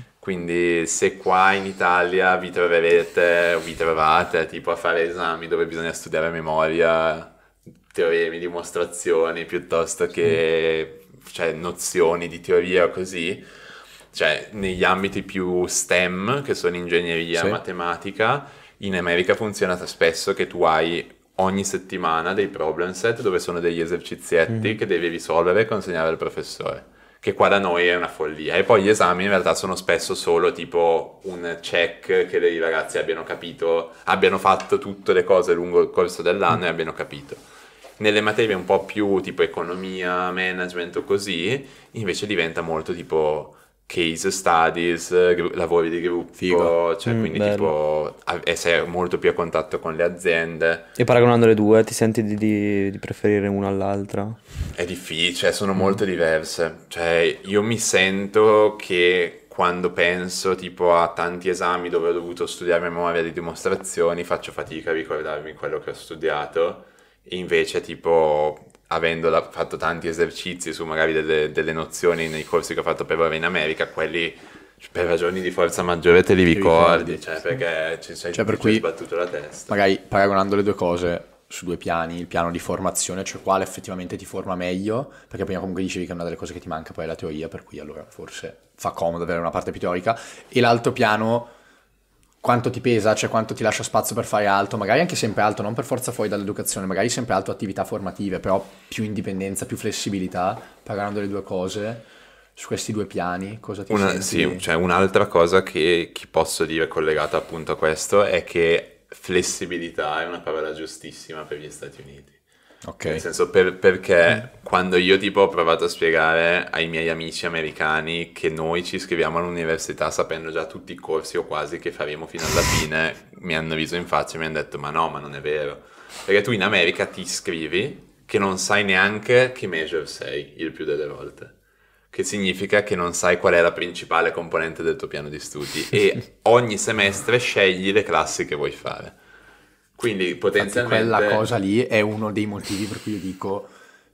Quindi se qua in Italia vi troverete o vi trovate tipo a fare esami dove bisogna studiare a memoria teoremi, dimostrazioni, piuttosto che cioè, nozioni di teoria o così, cioè negli ambiti più STEM, che sono ingegneria, Sì. matematica, in America funziona spesso che tu hai ogni settimana dei problem set dove sono degli esercizietti che devi risolvere e consegnare al professore, che qua da noi è una follia. E poi gli esami in realtà sono spesso solo tipo un check che i ragazzi abbiano capito, abbiano fatto tutte le cose lungo il corso dell'anno e abbiano capito. Nelle materie un po' più tipo economia, management o così, invece diventa molto tipo case studies, gru- lavori di gruppo, Figo. cioè Mm, quindi bello. tipo a- essere molto più a contatto con le aziende. E paragonando le due, ti senti di, di- di preferire una all'altra? È difficile, sono molto diverse. Cioè, io mi sento che quando penso tipo a tanti esami dove ho dovuto studiare memoria di dimostrazioni, faccio fatica a ricordarmi quello che ho studiato. E invece, tipo, avendo la- fatto tanti esercizi su magari delle, delle nozioni nei corsi che ho fatto per ora in America, quelli per ragioni di forza maggiore te li ricordi, ricordi, cioè perché ci sei Cioè, per ti ci hai cui- sbattuto la testa. Magari paragonando le due cose su due piani, il piano di formazione, cioè quale effettivamente ti forma meglio, perché prima comunque dicevi che una delle cose che ti manca poi è la teoria, per cui allora forse fa comodo avere una parte più teorica, e l'altro piano quanto ti pesa, cioè quanto ti lascia spazio per fare altro, magari anche sempre altro, non per forza fuori dall'educazione, magari sempre altro attività formative, però più indipendenza, più flessibilità, paragonando le due cose, su questi due piani, cosa ti Una- senti? sì, cioè un'altra cosa che, che posso dire collegata appunto a questo è che flessibilità è una parola giustissima per gli Stati Uniti. Ok. Nel senso, per- perché quando io tipo ho provato a spiegare ai miei amici americani che noi ci iscriviamo all'università sapendo già tutti i corsi o quasi che faremo fino alla fine, mi hanno riso in faccia e mi hanno detto ma no, ma non è vero. Perché tu in America ti iscrivi che non sai neanche che major sei il più delle volte. Che significa che non sai qual è la principale componente del tuo piano di studi e ogni semestre scegli le classi che vuoi fare. Quindi Infatti potenzialmente... quella cosa lì è uno dei motivi per cui io dico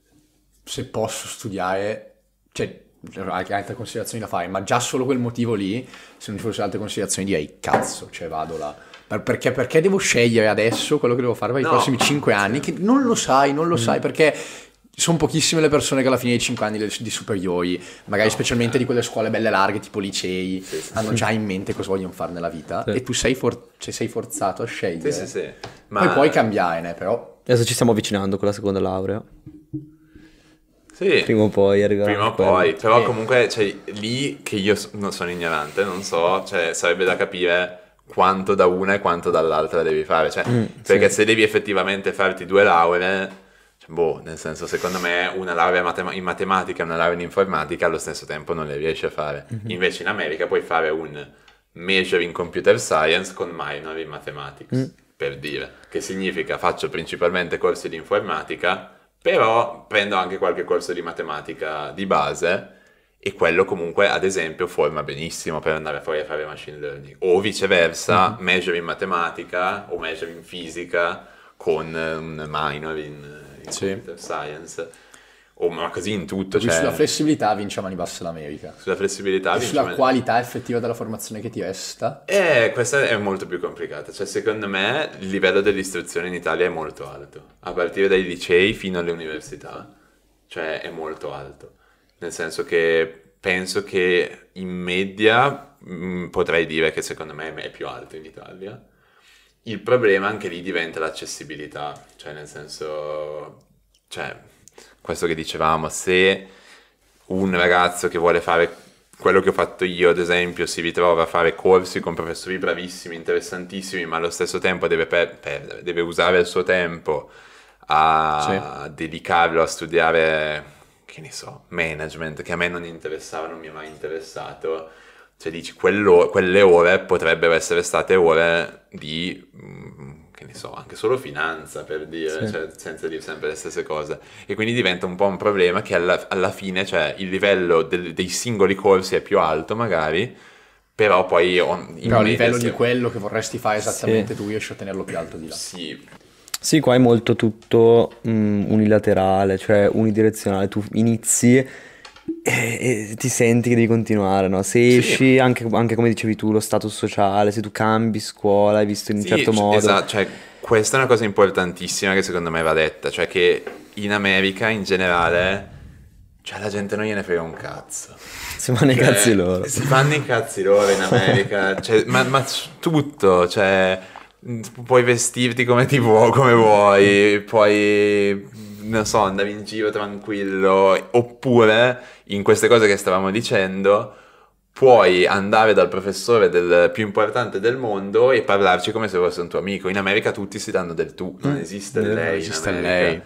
se posso studiare, cioè anche altre considerazioni da fare, ma già solo quel motivo lì, se non ci fossero altre considerazioni direi cazzo, cioè vado là. Per- Perché, perché devo scegliere adesso quello che devo fare per i No, prossimi cinque anni? Che non lo sai, non lo Mm. sai, perché sono pochissime le persone che alla fine dei cinque anni le- di superiori, magari specialmente di quelle scuole belle larghe tipo licei, Sì, sì, hanno già in mente cosa vogliono fare nella vita Sì. e tu sei, for- cioè, sei forzato a scegliere. Sì, sì, sì. Poi puoi cambiare, però Adesso ci stiamo avvicinando con la seconda laurea. Sì, Prima o poi arriverà prima o quello. poi, però Eh. comunque cioè, lì che io s- non sono ignorante, non so, cioè, sarebbe da capire quanto da una e quanto dall'altra devi fare, cioè, perché se devi effettivamente farti due lauree, cioè, boh, nel senso secondo me una laurea matema- in matematica e una laurea in informatica allo stesso tempo non le riesci a fare, invece in America puoi fare un major in computer science con minor in mathematics, per dire, che significa faccio principalmente corsi di informatica, però prendo anche qualche corso di matematica di base e quello comunque ad esempio forma benissimo per andare fuori a fare machine learning o viceversa, major in matematica o major in fisica con eh, un minor in, in Sì. computer science o ma così in tutto, qui cioè sulla flessibilità vince a mani basse l'America. sulla flessibilità E vince sulla me- qualità effettiva della formazione che ti resta, Eh, questa è molto più complicata, cioè secondo me il livello dell'istruzione in Italia è molto alto, a partire dai licei fino alle università, cioè è molto alto, nel senso che penso che in media mh, potrei dire che secondo me è più alto in Italia. Il problema anche lì diventa l'accessibilità, cioè nel senso, cioè questo che dicevamo, se un ragazzo che vuole fare quello che ho fatto io, ad esempio, si ritrova a fare corsi con professori bravissimi, interessantissimi, ma allo stesso tempo deve, per- perdere, deve usare il suo tempo a sì. dedicarlo a studiare, che ne so, management, che a me non interessava, non mi è mai interessato. Cioè dici, quello, quelle ore potrebbero essere state ore di, che ne so, anche solo finanza, per dire, sì. cioè, senza dire sempre le stesse cose. E quindi diventa un po' un problema che alla, alla fine, cioè, il livello del, dei singoli corsi è più alto magari, però poi... On, però il livello di quello che vorresti fare esattamente sì. tu riesci a tenerlo più alto di là. Sì. Sì, qua è molto tutto mh, unilaterale, cioè unidirezionale, tu inizi... E, e ti senti che devi continuare, no? Se esci, sì. anche, anche come dicevi tu, lo status sociale, se tu cambi scuola, hai visto in un sì, certo modo. Esatto, cioè questa è una cosa importantissima che secondo me va detta, cioè che in America in generale, cioè la gente non gliene frega un cazzo. Si fanno cioè, i cazzi loro. Si fanno i cazzi loro in America, cioè, ma, ma tutto, cioè puoi vestirti come ti vuoi, come vuoi, puoi... non so, andavi in giro tranquillo, oppure in queste cose che stavamo dicendo puoi andare dal professore del più importante del mondo e parlarci come se fosse un tuo amico. In America tutti si danno del tu, non esiste il lei, non esiste in lei.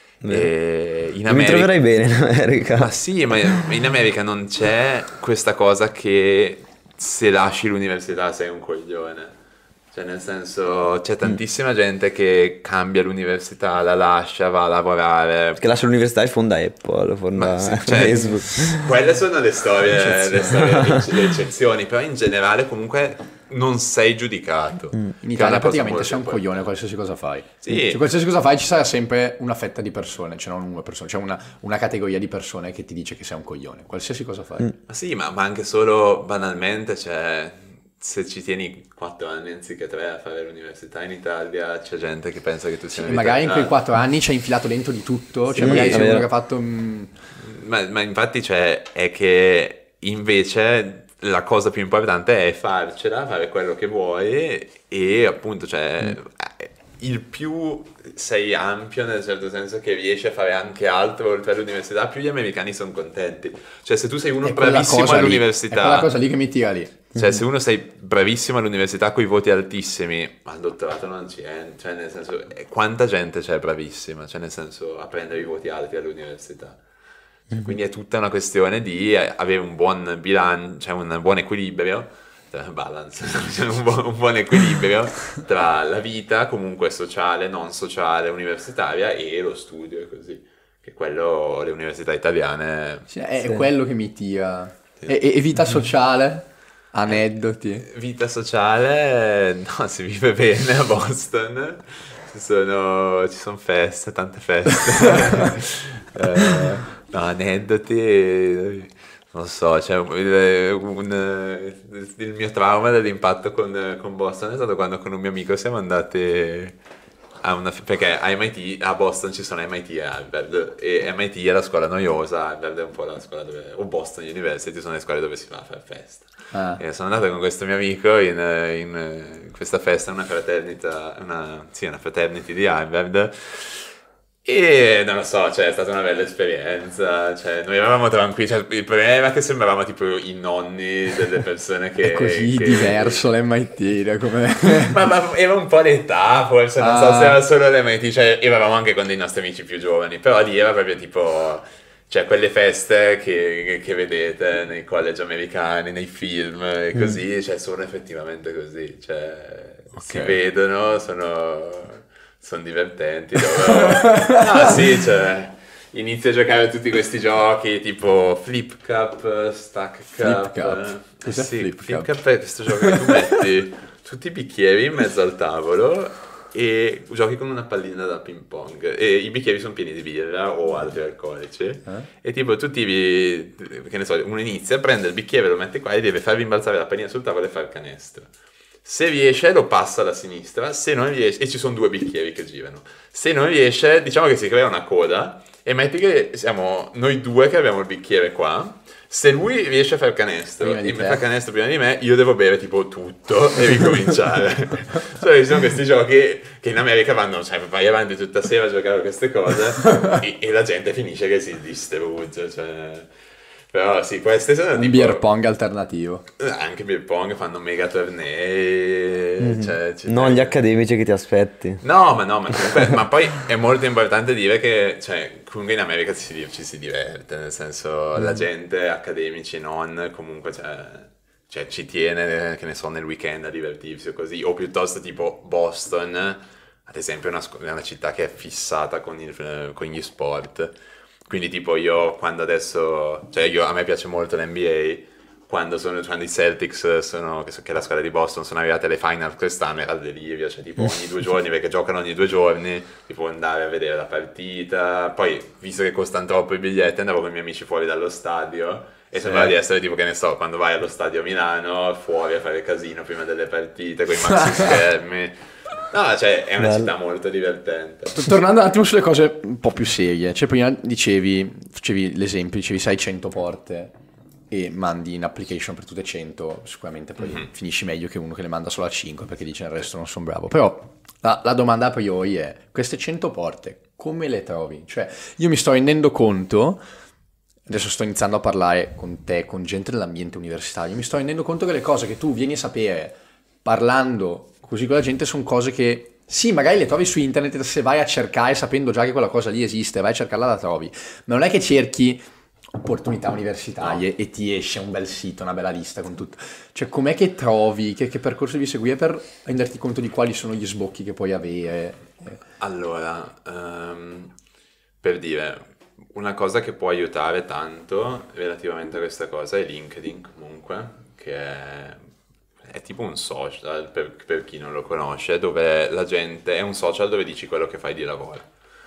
E in America... mi troverai bene in America. Ma sì, ma in America non c'è questa cosa che se lasci l'università sei un coglione. Cioè nel senso c'è tantissima mm. gente che cambia l'università, la lascia, va a lavorare. Che lascia l'università e fonda Apple, fonda sì, cioè, Facebook. Quelle sono le storie, le, storie, le eccezioni, però in generale comunque non sei giudicato. Mm. In Italia praticamente sei un coglione qualsiasi cosa fai. Sì. Cioè, qualsiasi cosa fai ci sarà sempre una fetta di persone, cioè non una persona, c'è cioè una, una categoria di persone che ti dice che sei un coglione, qualsiasi cosa fai. Mm. Ma sì, ma, ma anche solo banalmente, cioè... se ci tieni quattro anni anziché tre a fare l'università in Italia c'è gente che pensa che tu sia sì, magari in quei quattro anni ci hai infilato dentro di tutto, sì, cioè magari sei uno che ha fatto mh... ma, ma infatti cioè è che invece la cosa più importante è farcela, fare quello che vuoi e appunto cioè mm. il più sei ampio nel certo senso che riesci a fare anche altro oltre all'università, più gli americani sono contenti. Cioè se tu sei uno bravissimo all'università, lì, è quella cosa lì che mi tira lì. Cioè se uno sei bravissimo all'università con i voti altissimi, ma al dottorato non ci è, cioè nel senso quanta gente c'è bravissima, cioè nel senso a prendere i voti alti all'università. Cioè, quindi è tutta una questione di avere un buon bilancio, cioè un buon equilibrio, balance, cioè un, buon, un buon equilibrio tra la vita comunque sociale, non sociale, universitaria e lo studio e così, che quello le università italiane... Cioè, è sì. quello che mi tira. Sì. E, e vita sociale? Aneddoti? Vita sociale, no, si vive bene a Boston, ci sono, ci sono feste, tante feste, eh, no, aneddoti... Non so, cioè, il, un, il mio trauma dell'impatto con, con Boston è stato quando con un mio amico siamo andati a una... perché a M I T, a Boston ci sono M I T e Harvard, e M I T è la scuola noiosa, Harvard è un po' la scuola dove... o Boston University sono le scuole dove si va a fare festa. Ah. E sono andato con questo mio amico in, in, in questa festa, una fraternita, una, sì, una fraternity di Harvard. E non lo so, cioè è stata una bella esperienza, cioè noi eravamo tranquilli, cioè, il problema era che sembravamo tipo i nonni delle persone che... È così che... diverso l'M I T, come... ma, ma era un po' l'età forse, non ah. so se era solo l'M I T, cioè eravamo anche con dei nostri amici più giovani, però lì era proprio tipo... cioè quelle feste che, che, che vedete nei college americani, nei film e così, mm. cioè sono effettivamente così, cioè okay. si vedono, sono... sono divertenti, ah sì, cioè inizio a giocare a tutti questi giochi tipo Flip Cup, Stack Cup. Flip Cup. Cos'è sì, Flip, Flip Cup? Cup è questo gioco che tu metti tutti i bicchieri in mezzo al tavolo e giochi con una pallina da ping pong e i bicchieri sono pieni di birra o altri alcolici eh? E tipo tu tiri, che ne so, uno inizia, prende il bicchiere, lo mette qua e deve far rimbalzare la pallina sul tavolo e far canestro. Se riesce lo passa alla sinistra, se non riesce, e ci sono due bicchieri che girano, se non riesce diciamo che si crea una coda e metti che siamo noi due che abbiamo il bicchiere qua, se lui riesce a fare canestro e fa canestro prima di me, io devo bere tipo tutto e ricominciare. Cioè ci sono questi giochi che in America vanno, cioè vai avanti tutta sera a giocare a queste cose e, e la gente finisce che si distrugge, cioè... Però sì, queste sono un tipo... beer pong alternativo. Anche beer pong, fanno mega tornei, Mm-hmm. cioè, non gli accademici che ti aspetti. No, ma no, ma, comunque, ma poi è molto importante dire che, cioè, comunque in America ci si, ci si diverte, nel senso, mm. la gente, accademici non, comunque, cioè, cioè, ci tiene, che ne so, nel weekend a divertirsi o così, o piuttosto tipo Boston, ad esempio, è una, è una città che è fissata con, il, con gli sport. Quindi tipo io quando adesso, cioè io, a me piace molto l'N B A, quando, sono, quando i Celtics, sono, che è la squadra di Boston, sono arrivate alle final quest'anno era il delirio, cioè tipo ogni due giorni, perché giocano ogni due giorni, tipo andare a vedere la partita, poi visto che costano troppo i biglietti andavo con i miei amici fuori dallo stadio e sì. sembrava di essere tipo, che ne so, quando vai allo stadio a Milano, fuori a fare casino prima delle partite, con i maxi schermi. No, cioè è una Bello. città molto divertente. Tornando un attimo sulle cose un po' più serie, cioè prima dicevi, facevi l'esempio, dicevi sai cento porte e mandi in application per tutte cento, sicuramente poi mm-hmm. finisci meglio che uno che le manda solo a cinque perché dice il resto non sono bravo. Però la, la domanda a priori è, queste cento porte come le trovi? Cioè io mi sto rendendo conto, adesso sto iniziando a parlare con te, con gente dell'ambiente universitario, mi sto rendendo conto che le cose che tu vieni a sapere parlando così con la gente sono cose che sì, magari le trovi su internet se vai a cercare sapendo già che quella cosa lì esiste, vai a cercarla la trovi, ma non è che cerchi opportunità universitarie no. e ti esce un bel sito, una bella lista con tutto. Cioè com'è che trovi, che, che percorso devi seguire per renderti conto di quali sono gli sbocchi che puoi avere? Allora, um, per dire, una cosa che può aiutare tanto relativamente a questa cosa è LinkedIn comunque, che è è tipo un social, per, per chi non lo conosce, dove la gente, è un social dove dici quello che fai di lavoro.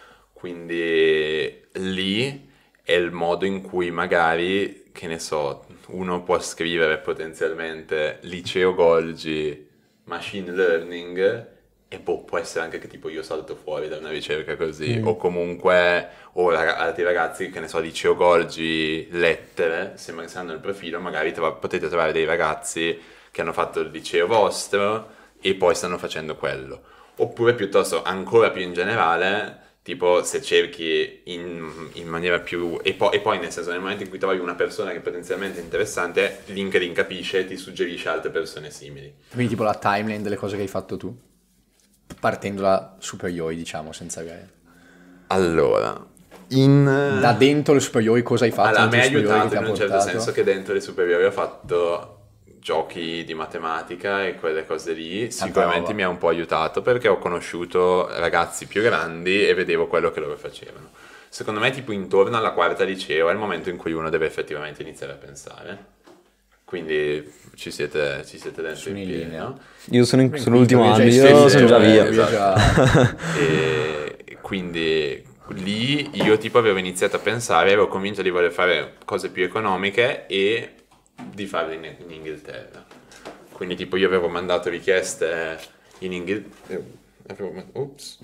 Quindi lì è il modo in cui magari, che ne so, uno può scrivere potenzialmente liceo Golgi, machine learning, e boh, può essere anche che tipo io salto fuori da una ricerca così, mm. o comunque, o altri ragazzi, che ne so, liceo Golgi, lettere, se hanno il profilo, magari trov- potete trovare dei ragazzi che hanno fatto il liceo vostro e poi stanno facendo quello. Oppure piuttosto, ancora più in generale, tipo se cerchi in, in maniera più... E, po- e poi nel senso, nel momento in cui trovi una persona che è potenzialmente interessante, LinkedIn capisce e ti suggerisce altre persone simili. Quindi tipo la timeline delle cose che hai fatto tu? Partendo da superiori, diciamo, senza gare. Allora... In... Da dentro le superiori cosa hai fatto? Allora, a me ha aiutato in un certo senso che dentro le superiori ho fatto... giochi di matematica e quelle cose lì sicuramente mi ha un po' aiutato perché ho conosciuto ragazzi più grandi e vedevo quello che loro facevano. Secondo me tipo intorno alla quarta liceo è il momento in cui uno deve effettivamente iniziare a pensare, quindi ci siete, ci siete dentro in piedi, no? Io sono in, sull'ultimo anno, io sono già via, esatto. e quindi lì io tipo avevo iniziato a pensare, avevo convinto di voler fare cose più economiche e di farle in, in Inghilterra. Quindi tipo io avevo mandato richieste in Inghilterra. Avevo mandato... Ops.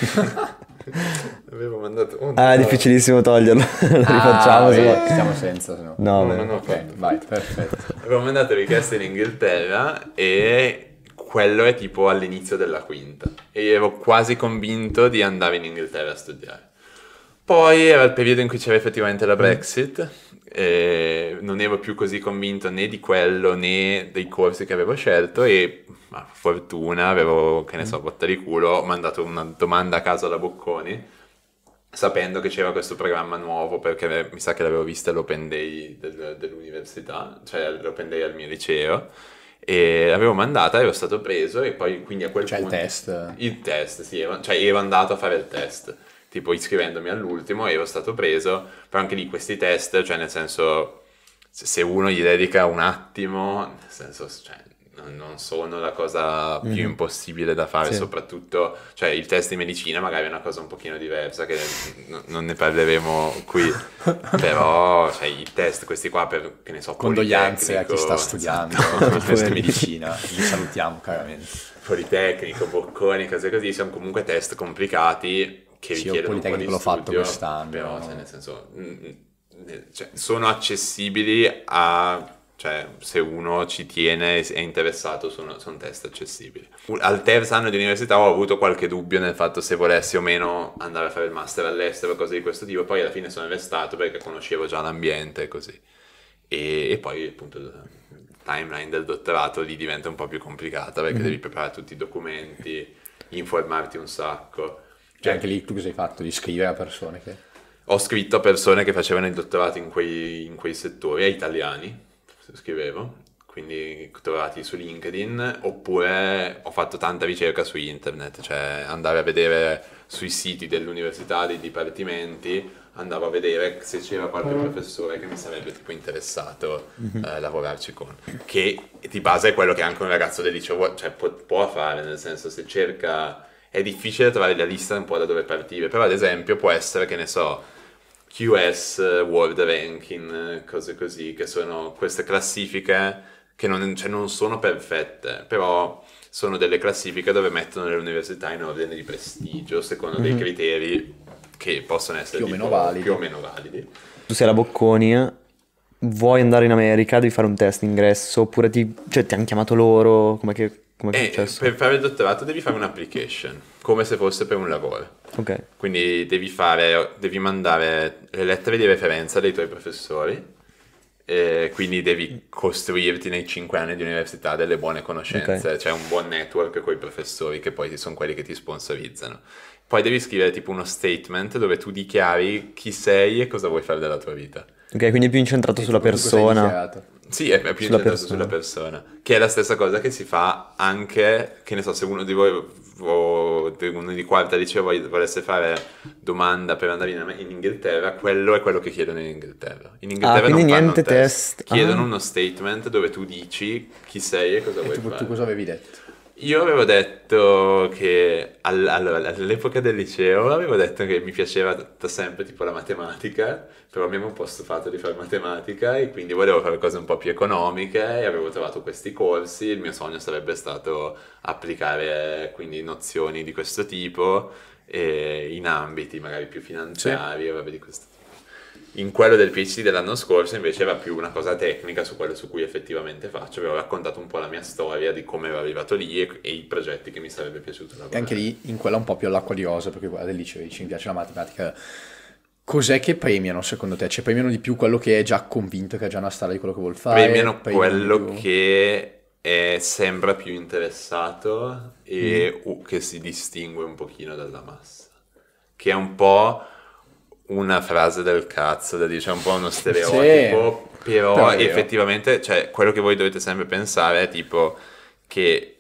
avevo mandato... Oh, ah, è no. difficilissimo toglierlo. Lo rifacciamo. Ah, se no. Stiamo senza. Se no, no, no, no, no ok, vai, perfetto. Avevo mandato richieste in Inghilterra e quello è tipo all'inizio della quinta. E io ero quasi convinto di andare in Inghilterra a studiare. Poi era il periodo in cui c'era effettivamente la Brexit. E non ero più così convinto né di quello né dei corsi che avevo scelto e ma fortuna avevo, che ne so, botta di culo, ho mandato una domanda a caso alla Bocconi sapendo che c'era questo programma nuovo perché mi sa che l'avevo vista all'Open Day del, dell'università, cioè all'Open Day al mio liceo, e l'avevo mandata, ero stato preso e poi quindi a quel cioè punto... il test? Il test, sì, ero, cioè ero andato a fare il test. Tipo iscrivendomi all'ultimo ero stato preso, però anche lì questi test, cioè nel senso se uno gli dedica un attimo, nel senso cioè, non sono la cosa più mm. impossibile da fare, sì. Soprattutto cioè il test di medicina magari è una cosa un pochino diversa che n- non ne parleremo qui, però cioè, i test questi qua per, che ne so, condoglianze a chi sta studiando il test di medicina, li salutiamo caramente. Politecnico, Bocconi, cose così, sono comunque test complicati che sì, richiedono un po' di l'ho studio, fatto quest'anno, però no? Cioè, nel senso cioè, sono accessibili a, cioè se uno ci tiene e è interessato sono, sono test accessibili. Al terzo anno di università ho avuto qualche dubbio nel fatto se volessi o meno andare a fare il master all'estero, cose di questo tipo, poi alla fine sono restato perché conoscevo già l'ambiente e così. e, e poi appunto la timeline del dottorato lì diventa un po' più complicata perché mm-hmm. devi preparare tutti i documenti, informarti un sacco. Cioè anche lì tu cosa hai fatto? Di scrivere a persone che... Ho scritto a persone che facevano il dottorato in quei, in quei settori, a italiani, scrivevo, quindi trovati su LinkedIn, oppure ho fatto tanta ricerca su internet, cioè andare a vedere sui siti dell'università, dei dipartimenti, andavo a vedere se c'era qualche professore che mi sarebbe tipo interessato mm-hmm. eh, lavorarci con, che di base è quello che anche un ragazzo del liceo cioè, può, può fare, nel senso se cerca... È difficile trovare la lista un po' da dove partire, però ad esempio può essere, che ne so, Q S, World Ranking, cose così, che sono queste classifiche che non, cioè non sono perfette, però sono delle classifiche dove mettono le università in ordine di prestigio, secondo mm-hmm. dei criteri che possono essere più o, tipo, meno validi. più o meno validi. Tu sei alla Bocconi, vuoi andare in America, devi fare un test ingresso, oppure ti, cioè, ti hanno chiamato loro, come che... Come è successo? Per fare il dottorato devi fare un'application, come se fosse per un lavoro. Ok. Quindi devi fare, devi mandare le lettere di referenza dei tuoi professori, e quindi devi costruirti nei cinque anni di università delle buone conoscenze, okay. C'è un buon network con i professori che poi sono quelli che ti sponsorizzano. Poi devi scrivere tipo uno statement dove tu dichiari chi sei e cosa vuoi fare della tua vita. Ok, quindi è più incentrato e sulla persona. Sì, è più incentrato sulla persona, che è la stessa cosa che si fa anche, che ne so, se uno di voi o uno di quarta liceo volesse fare domanda per andare in, in Inghilterra, quello è quello che chiedono in Inghilterra. In Inghilterra ah, non quindi fanno niente un test, test. chiedono ah. uno statement dove tu dici chi sei e cosa e vuoi tu, fare. Tu cosa avevi detto? Io avevo detto che all, allora, all'epoca del liceo avevo detto che mi piaceva da sempre tipo la matematica, però mi ero un po' stufato di fare matematica e quindi volevo fare cose un po' più economiche e avevo trovato questi corsi. Il mio sogno sarebbe stato applicare quindi nozioni di questo tipo e in ambiti magari più finanziari, sì. Vabbè, di questo tipo. In quello del P H D dell'anno scorso invece era più una cosa tecnica su quello su cui effettivamente faccio. Avevo raccontato un po' la mia storia di come ero arrivato lì e, e i progetti che mi sarebbe piaciuto lavorare. E anche lì in quella un po' più all'acqua di rosa, perché quella del liceo dici mi piace la matematica. Cos'è che premiano secondo te? Cioè premiano di più quello che è già convinto, che ha già una strada di quello che vuol fare? Premiano, premiano quello più... che è, sembra più interessato e mm. che si distingue un pochino dalla massa. Che è un po' una frase del cazzo da dire, cioè un po' uno stereotipo, sì, però, però effettivamente, cioè, quello che voi dovete sempre pensare è tipo che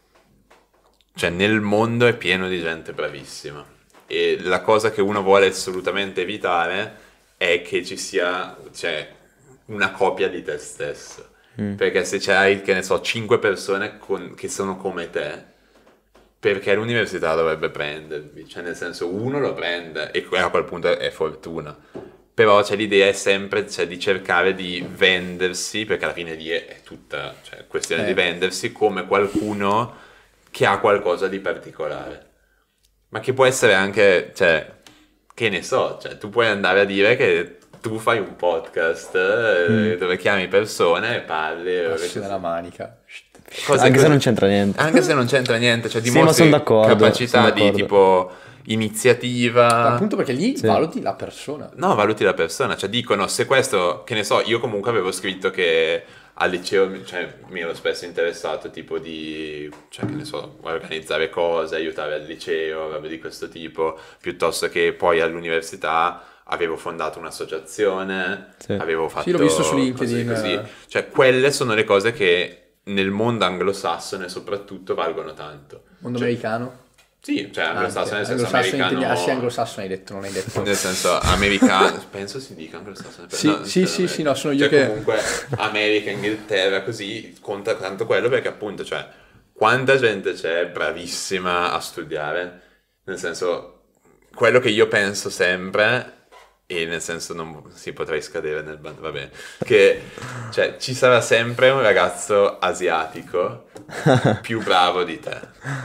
cioè, nel mondo è pieno di gente bravissima e la cosa che uno vuole assolutamente evitare è che ci sia cioè, una copia di te stesso, mm. perché se c'hai, che ne so, cinque persone con, che sono come te, perché l'università dovrebbe prendervi, cioè nel senso uno lo prende e a quel punto è fortuna, però cioè, l'idea è sempre cioè, di cercare di vendersi, perché alla fine lì è, è tutta cioè, questione eh. di vendersi come qualcuno che ha qualcosa di particolare, ma che può essere anche, cioè, che ne so, cioè tu puoi andare a dire che tu fai un podcast mm. eh, dove chiami persone e parli. Passi dalla manica. Cose anche così, se non c'entra niente. Anche se non c'entra niente, cioè dimostri sì, ma sono d'accordo, capacità sono d'accordo. di tipo iniziativa. Appunto perché lì sì. valuti la persona. No, valuti la persona, cioè dicono se questo, che ne so, io comunque avevo scritto che al liceo, cioè mi ero spesso interessato tipo di, cioè che ne so, organizzare cose, aiutare al liceo, robe di questo tipo, piuttosto che poi all'università avevo fondato un'associazione, sì. avevo fatto sì, l'ho visto su LinkedIn. Così. Cioè quelle sono le cose che nel mondo anglosassone soprattutto valgono tanto. Mondo cioè, americano? Sì, cioè anglosassone nel senso americano. Ah sì, anglosassone hai detto, non hai detto. Nel senso americano, penso si dica anglosassone. Sì, no, sì, sì, sì, no, sono io cioè, che... comunque America, Inghilterra, così conta tanto quello perché appunto, cioè, quanta gente c'è bravissima a studiare, nel senso, quello che io penso sempre... E nel senso non si potrei scadere nel bando, va bene, che cioè, ci sarà sempre un ragazzo asiatico più bravo di te.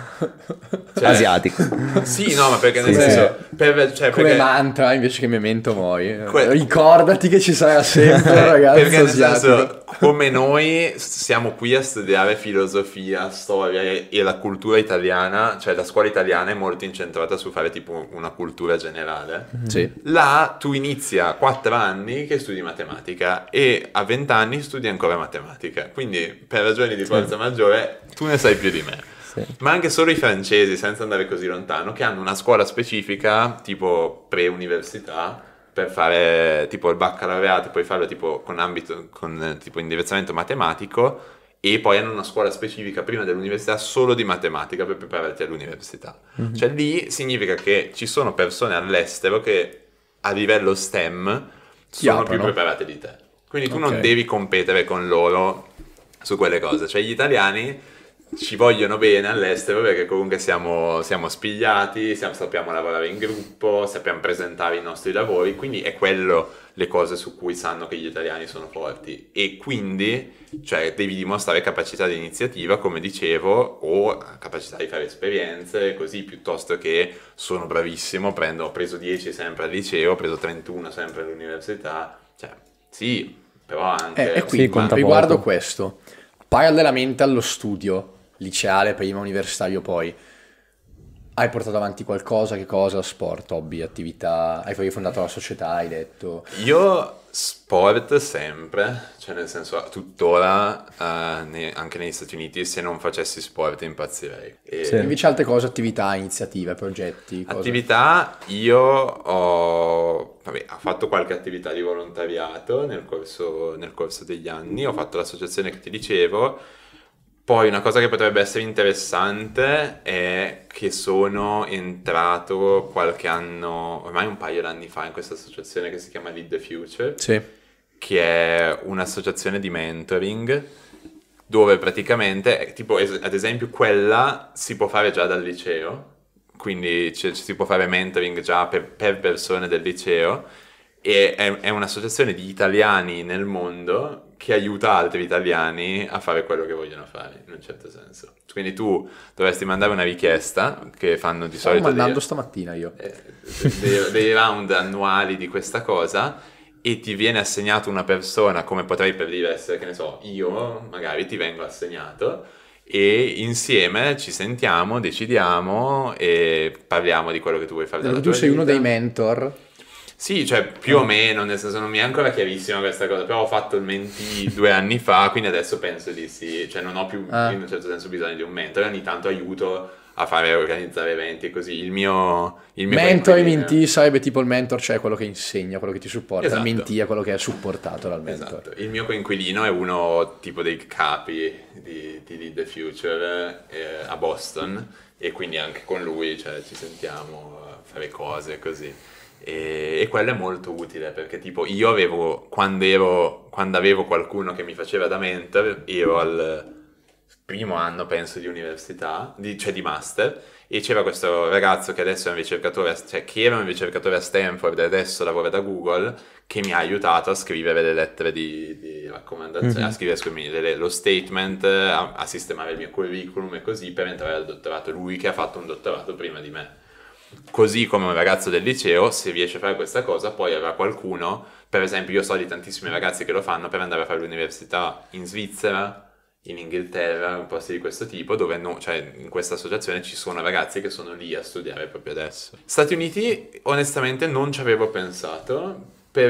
Cioè, asiatico? Sì, no, ma perché nel sì. senso... Per, cioè, come perché, mantra, invece che memento mori. Que- Ricordati che ci sarà sempre un ragazzo perché asiatico. Nel senso, come noi siamo qui a studiare filosofia, storia e, e la cultura italiana, cioè la scuola italiana è molto incentrata su fare tipo una cultura generale. Sì. Là tu tu inizi a quattro anni che studi matematica e a venti anni studi ancora matematica, quindi per ragioni di forza sì. maggiore tu ne sai più di me. Sì. Ma anche solo i francesi, senza andare così lontano, che hanno una scuola specifica tipo pre-università per fare tipo il baccalaureato, puoi farlo tipo con ambito, con tipo indirizzamento matematico, e poi hanno una scuola specifica prima dell'università solo di matematica per prepararti all'università. Mm-hmm. Cioè lì significa che ci sono persone all'estero che a livello STEM sono più preparate di te. Quindi tu okay. non devi competere con loro su quelle cose. Cioè gli italiani ci vogliono bene all'estero perché comunque siamo, siamo spigliati, siamo, sappiamo lavorare in gruppo, sappiamo presentare i nostri lavori, quindi è quello le cose su cui sanno che gli italiani sono forti, e quindi cioè, devi dimostrare capacità di iniziativa, come dicevo, o capacità di fare esperienze, così, piuttosto che sono bravissimo, prendo, ho preso dieci sempre al liceo, ho preso trentuno sempre all'università, cioè sì, però anche... Eh, e qui, ma... riguardo questo, parallelamente allo studio liceale, prima universitario poi, hai portato avanti qualcosa? Che cosa? Sport, hobby, attività? Hai fondato la società, hai detto? Io sport sempre, cioè nel senso tuttora, uh, ne, anche negli Stati Uniti, se non facessi sport impazzirei. E... Sì. Invece altre cose, attività, iniziative, progetti? Cose. Attività, io ho... Vabbè, ho fatto qualche attività di volontariato nel corso, nel corso degli anni, ho fatto l'associazione che ti dicevo. Poi una cosa che potrebbe essere interessante è che sono entrato qualche anno, ormai un paio d'anni fa, in questa associazione che si chiama Lead the Future, sì. che è un'associazione di mentoring, dove praticamente, tipo ad esempio quella si può fare già dal liceo, quindi c- si può fare mentoring già per, per persone del liceo, e è, è un'associazione di italiani nel mondo che aiuta altri italiani a fare quello che vogliono fare, in un certo senso. Quindi tu dovresti mandare una richiesta, che fanno di Stavo solito... Stavo mandando dei, stamattina io. Eh, dei, dei round annuali di questa cosa, e ti viene assegnato una persona, come potrei per dire essere, che ne so, io magari ti vengo assegnato, e insieme ci sentiamo, decidiamo e parliamo di quello che tu vuoi fare della tu tua sei vita. Uno dei mentor. Sì, cioè più o meno, nel senso non mi è ancora chiarissima questa cosa, però ho fatto il mentee due anni fa, quindi adesso penso di sì, cioè non ho più ah. in un certo senso bisogno di un mentore, ogni tanto aiuto a fare, organizzare eventi e così. Il mio, il mio mentor e mentee sarebbe tipo il mentor, cioè quello che insegna, quello che ti supporta, esatto. Il mentee è quello che è supportato dal mentor. Esatto. Il mio coinquilino è uno tipo dei capi di, di Lead the Future eh, a Boston, e quindi anche con lui cioè, ci sentiamo a fare cose così. E, e quello è molto utile, perché tipo io avevo quando ero quando avevo qualcuno che mi faceva da mentor, ero al primo anno penso di università, di, cioè di master, e c'era questo ragazzo che adesso è un ricercatore, cioè che era un ricercatore a Stanford e adesso lavora da Google, che mi ha aiutato a scrivere le lettere di, di raccomandazione, mm-hmm. a scrivere scusami, le, lo statement, a, a sistemare il mio curriculum e così per entrare al dottorato, lui che ha fatto un dottorato prima di me. Così come un ragazzo del liceo, se riesce a fare questa cosa, poi avrà qualcuno, per esempio io so di tantissimi ragazzi che lo fanno per andare a fare l'università in Svizzera, in Inghilterra, in posti di questo tipo, dove no, cioè in questa associazione ci sono ragazzi che sono lì a studiare proprio adesso. Stati Uniti onestamente non ci avevo pensato,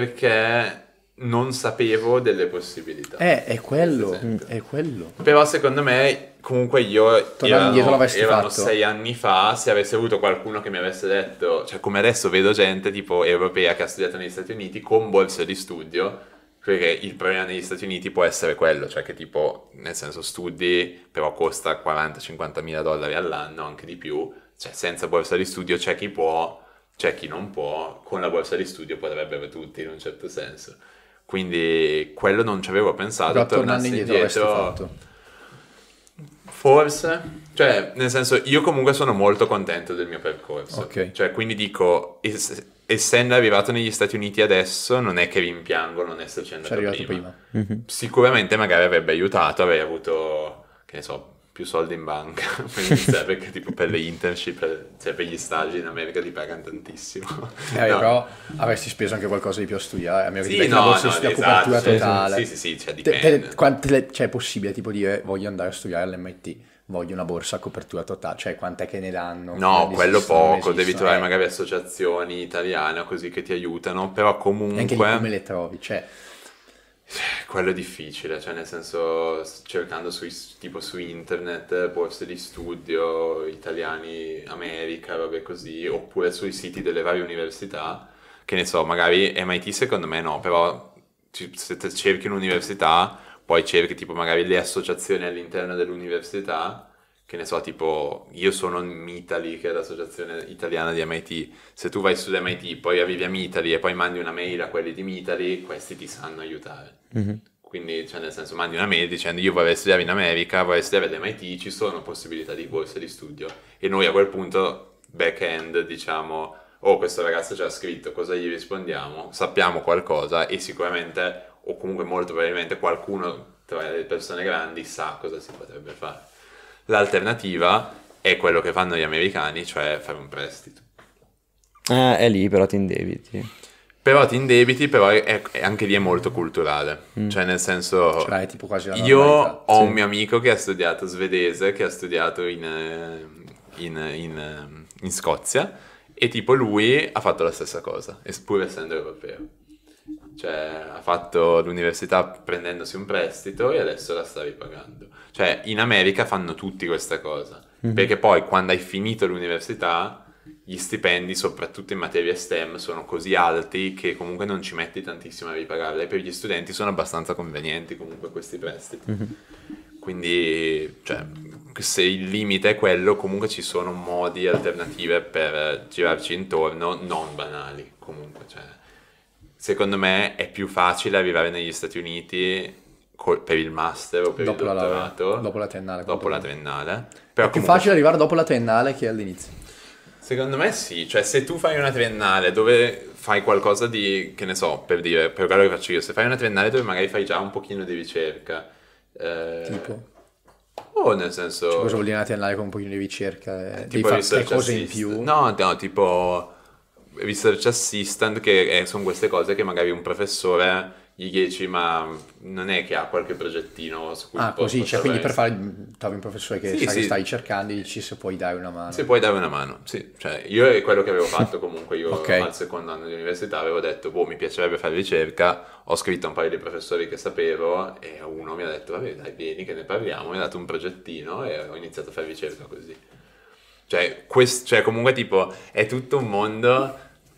perché non sapevo delle possibilità. Eh, è quello, è quello. Però secondo me comunque io erano, erano sei anni fa, se avessi avuto qualcuno che mi avesse detto, cioè come adesso vedo gente tipo europea che ha studiato negli Stati Uniti con borse di studio, perché il problema negli Stati Uniti può essere quello, cioè che tipo nel senso studi però costa quaranta cinquanta mila dollari all'anno, anche di più, cioè senza borsa di studio c'è chi può, c'è chi non può, con la borsa di studio potrebbero tutti in un certo senso. Quindi quello non ci avevo pensato, tornassi indietro, indietro fatto. Forse, cioè nel senso io comunque sono molto contento del mio percorso, okay. Cioè quindi dico, es- essendo arrivato negli Stati Uniti adesso non è che rimpiango non esserci andato prima, prima. Mm-hmm. Sicuramente magari avrebbe aiutato, avrei avuto, che ne so, più soldi in banca per iniziare, perché tipo per le internship, cioè per gli stage in America ti pagano tantissimo. Eh, no. Però avresti speso anche qualcosa di più a studiare, a meno che sì, ti no, la borsa no, di esatto, copertura cioè, totale. Sì, sì, sì, cioè dipende. Te, te, quante le, cioè è possibile tipo dire voglio andare a studiare all'M I T, voglio una borsa a copertura totale, cioè quant'è che ne danno? No, quello poco, devi trovare eh. magari associazioni italiane o così che ti aiutano, però comunque... E anche lì come le trovi? Cioè... Quello è difficile, cioè nel senso cercando su, tipo su internet borse di studio italiani, America, robe così, oppure sui siti delle varie università, che ne so, magari M I T secondo me no, però se te cerchi un'università, poi cerchi tipo magari le associazioni all'interno dell'università, che ne so, tipo io sono Mitali, che è l'associazione italiana di M I T, se tu vai su M I T, poi arrivi a Mitali e poi mandi una mail a quelli di Mitali, questi ti sanno aiutare. Mm-hmm. Quindi, cioè nel senso, mandi una mail dicendo io vorrei studiare in America, vorrei studiare all'M I T, ci sono possibilità di borse di studio, e noi a quel punto, back-end, diciamo, oh questo ragazzo ci ha scritto, cosa gli rispondiamo? Sappiamo qualcosa e sicuramente, o comunque molto probabilmente qualcuno tra le persone grandi sa cosa si potrebbe fare. L'alternativa è quello che fanno gli americani, cioè fare un prestito. Eh, è lì, però ti indebiti. Però ti indebiti, però è, è, anche lì è molto culturale. Mm. Cioè nel senso, cioè, tipo quasi la io ho sì. un mio amico che ha studiato svedese, che ha studiato in, in, in, in Scozia, e tipo lui ha fatto la stessa cosa, pur essendo europeo. Cioè ha fatto l'università prendendosi un prestito e adesso la sta ripagando. Cioè in America fanno tutti questa cosa, mm-hmm. perché poi quando hai finito l'università gli stipendi, soprattutto in materie STEM, sono così alti che comunque non ci metti tantissimo a ripagarle, e per gli studenti sono abbastanza convenienti comunque questi prestiti. Mm-hmm. Quindi, cioè, se il limite è quello, comunque ci sono modi alternativi per girarci intorno, non banali comunque, cioè secondo me è più facile arrivare negli Stati Uniti col, per il master o per dopo il dottorato, la, dopo la triennale. Dopo la triennale. Però è più comunque facile arrivare dopo la triennale che all'inizio. Secondo me sì, cioè se tu fai una triennale dove fai qualcosa di, che ne so, per dire, per quello che faccio io, se fai una triennale dove magari fai già un pochino di ricerca. Eh, tipo? O nel senso... Cioè, cosa vuol dire una triennale con un pochino di ricerca? Eh, tipo devi fare cose assist. in più? No, no, tipo... research assistant, che è, sono queste cose che magari un professore gli dici ma non è che ha qualche progettino su cui ah così, cioè quindi per fare trovi un professore che sì, sa sì. che stai cercando e dici se puoi dare una mano se puoi dare una mano, sì, cioè io è quello che avevo fatto comunque io okay. al secondo anno di università avevo detto boh mi piacerebbe fare ricerca, ho scritto a un paio di professori che sapevo e uno mi ha detto vabbè dai vieni che ne parliamo, mi ha dato un progettino e ho iniziato a fare ricerca così, cioè, quest- cioè comunque tipo è tutto un mondo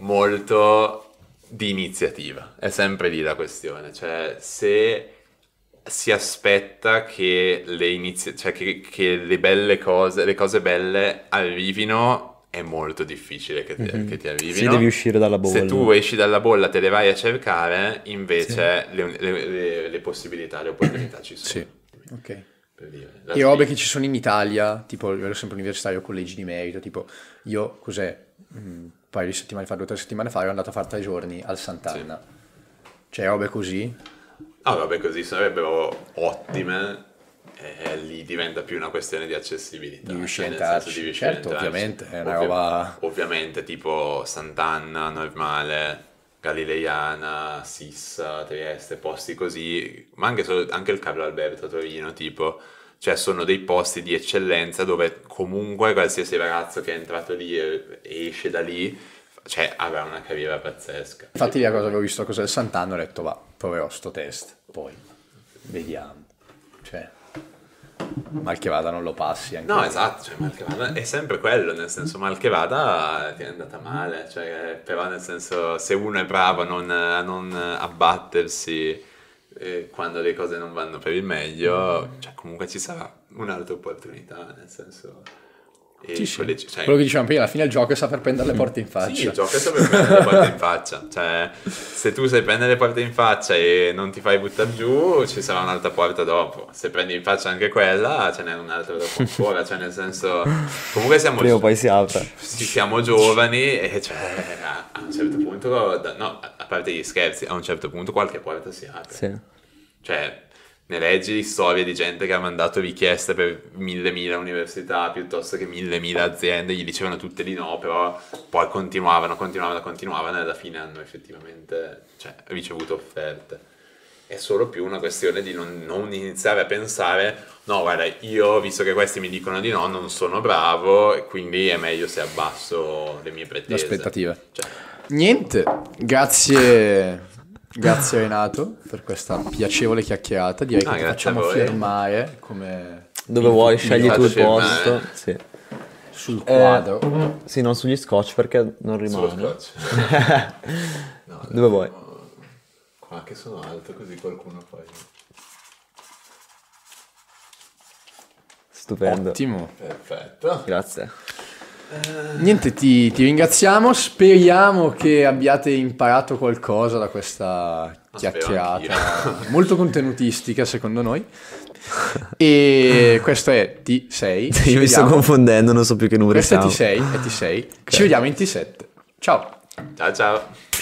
molto di iniziativa, è sempre lì la questione, cioè se si aspetta che le inizi- cioè che, che le belle cose, le cose belle arrivino, è molto difficile che ti, mm-hmm. che ti arrivino. Sì, devi uscire dalla bolla. Se tu esci dalla bolla, te le vai a cercare, invece sì. le, le, le, le possibilità, le opportunità ci sono. Sì, ok. Per dire, e robe che ci sono in Italia, tipo io ero sempre universitario, collegi di merito, tipo io cos'è? Mm, un paio di settimane fa, due o tre settimane fa ero andato a fare tre giorni al Sant'Anna, sì. Cioè robe così? Ah, robe così sarebbero ottime e lì diventa più una questione di accessibilità, di riuscire cioè, a entrarci, certo, ovviamente è una Ovvi- roba ovviamente tipo Sant'Anna normale, Galileiana, Sissa, Trieste, posti così, ma anche, solo, anche il Carlo Alberto a Torino tipo, cioè sono dei posti di eccellenza dove comunque qualsiasi ragazzo che è entrato lì e esce da lì, cioè avrà una carriera pazzesca. Infatti la cosa avevo visto cos'è il Sant'Anna, ho detto va, proverò sto test, poi vediamo, cioè mal che vada non lo passi anche no lì. Esatto, cioè mal che vada è sempre quello, nel senso mal che vada ti è andata male, cioè però nel senso se uno è bravo a non, a non abbattersi eh, quando le cose non vanno per il meglio, cioè comunque ci sarà un'altra opportunità, nel senso e sì, sì. Quelle, cioè, quello che dicevamo prima, alla fine il gioco è saper prendere le porte in faccia. Sì, il gioco è saper prendere le porte in faccia, cioè se tu sai prendere le porte in faccia e non ti fai buttare giù ci sarà un'altra porta dopo, se prendi in faccia anche quella ce n'è un'altra dopo ancora, cioè nel senso comunque siamo prima o poi si apre, sì, siamo giovani e cioè a, a un certo punto no, a parte gli scherzi, a un certo punto qualche porta si apre, sì. Cioè ne leggi di storie di gente che ha mandato richieste per mille mila università piuttosto che mille mila aziende, gli dicevano tutte di no, però poi continuavano, continuavano, continuavano e alla fine hanno effettivamente cioè, ricevuto offerte. è solo più una questione di non, non iniziare a pensare no guarda io visto che questi mi dicono di no non sono bravo e quindi è meglio se abbasso le mie pretese, le aspettative, cioè. Niente, grazie grazie Renato per questa piacevole chiacchierata, direi ah, che ti facciamo firmare come dove vuoi, scegli tu il posto, sì. Sul quadro, eh, sì, non sugli scotch perché non rimane. No, dove vuoi? Qua che sono alto così qualcuno poi. Stupendo. Ottimo. Perfetto. Grazie. Niente, ti, ti ringraziamo, speriamo che abbiate imparato qualcosa da questa chiacchierata molto contenutistica secondo noi. E questo è T sei. Io mi sto confondendo, non so più che numero questo siamo. Questo è T sei, è T sei. Okay. Ci vediamo in T sette. Ciao. Ciao ciao.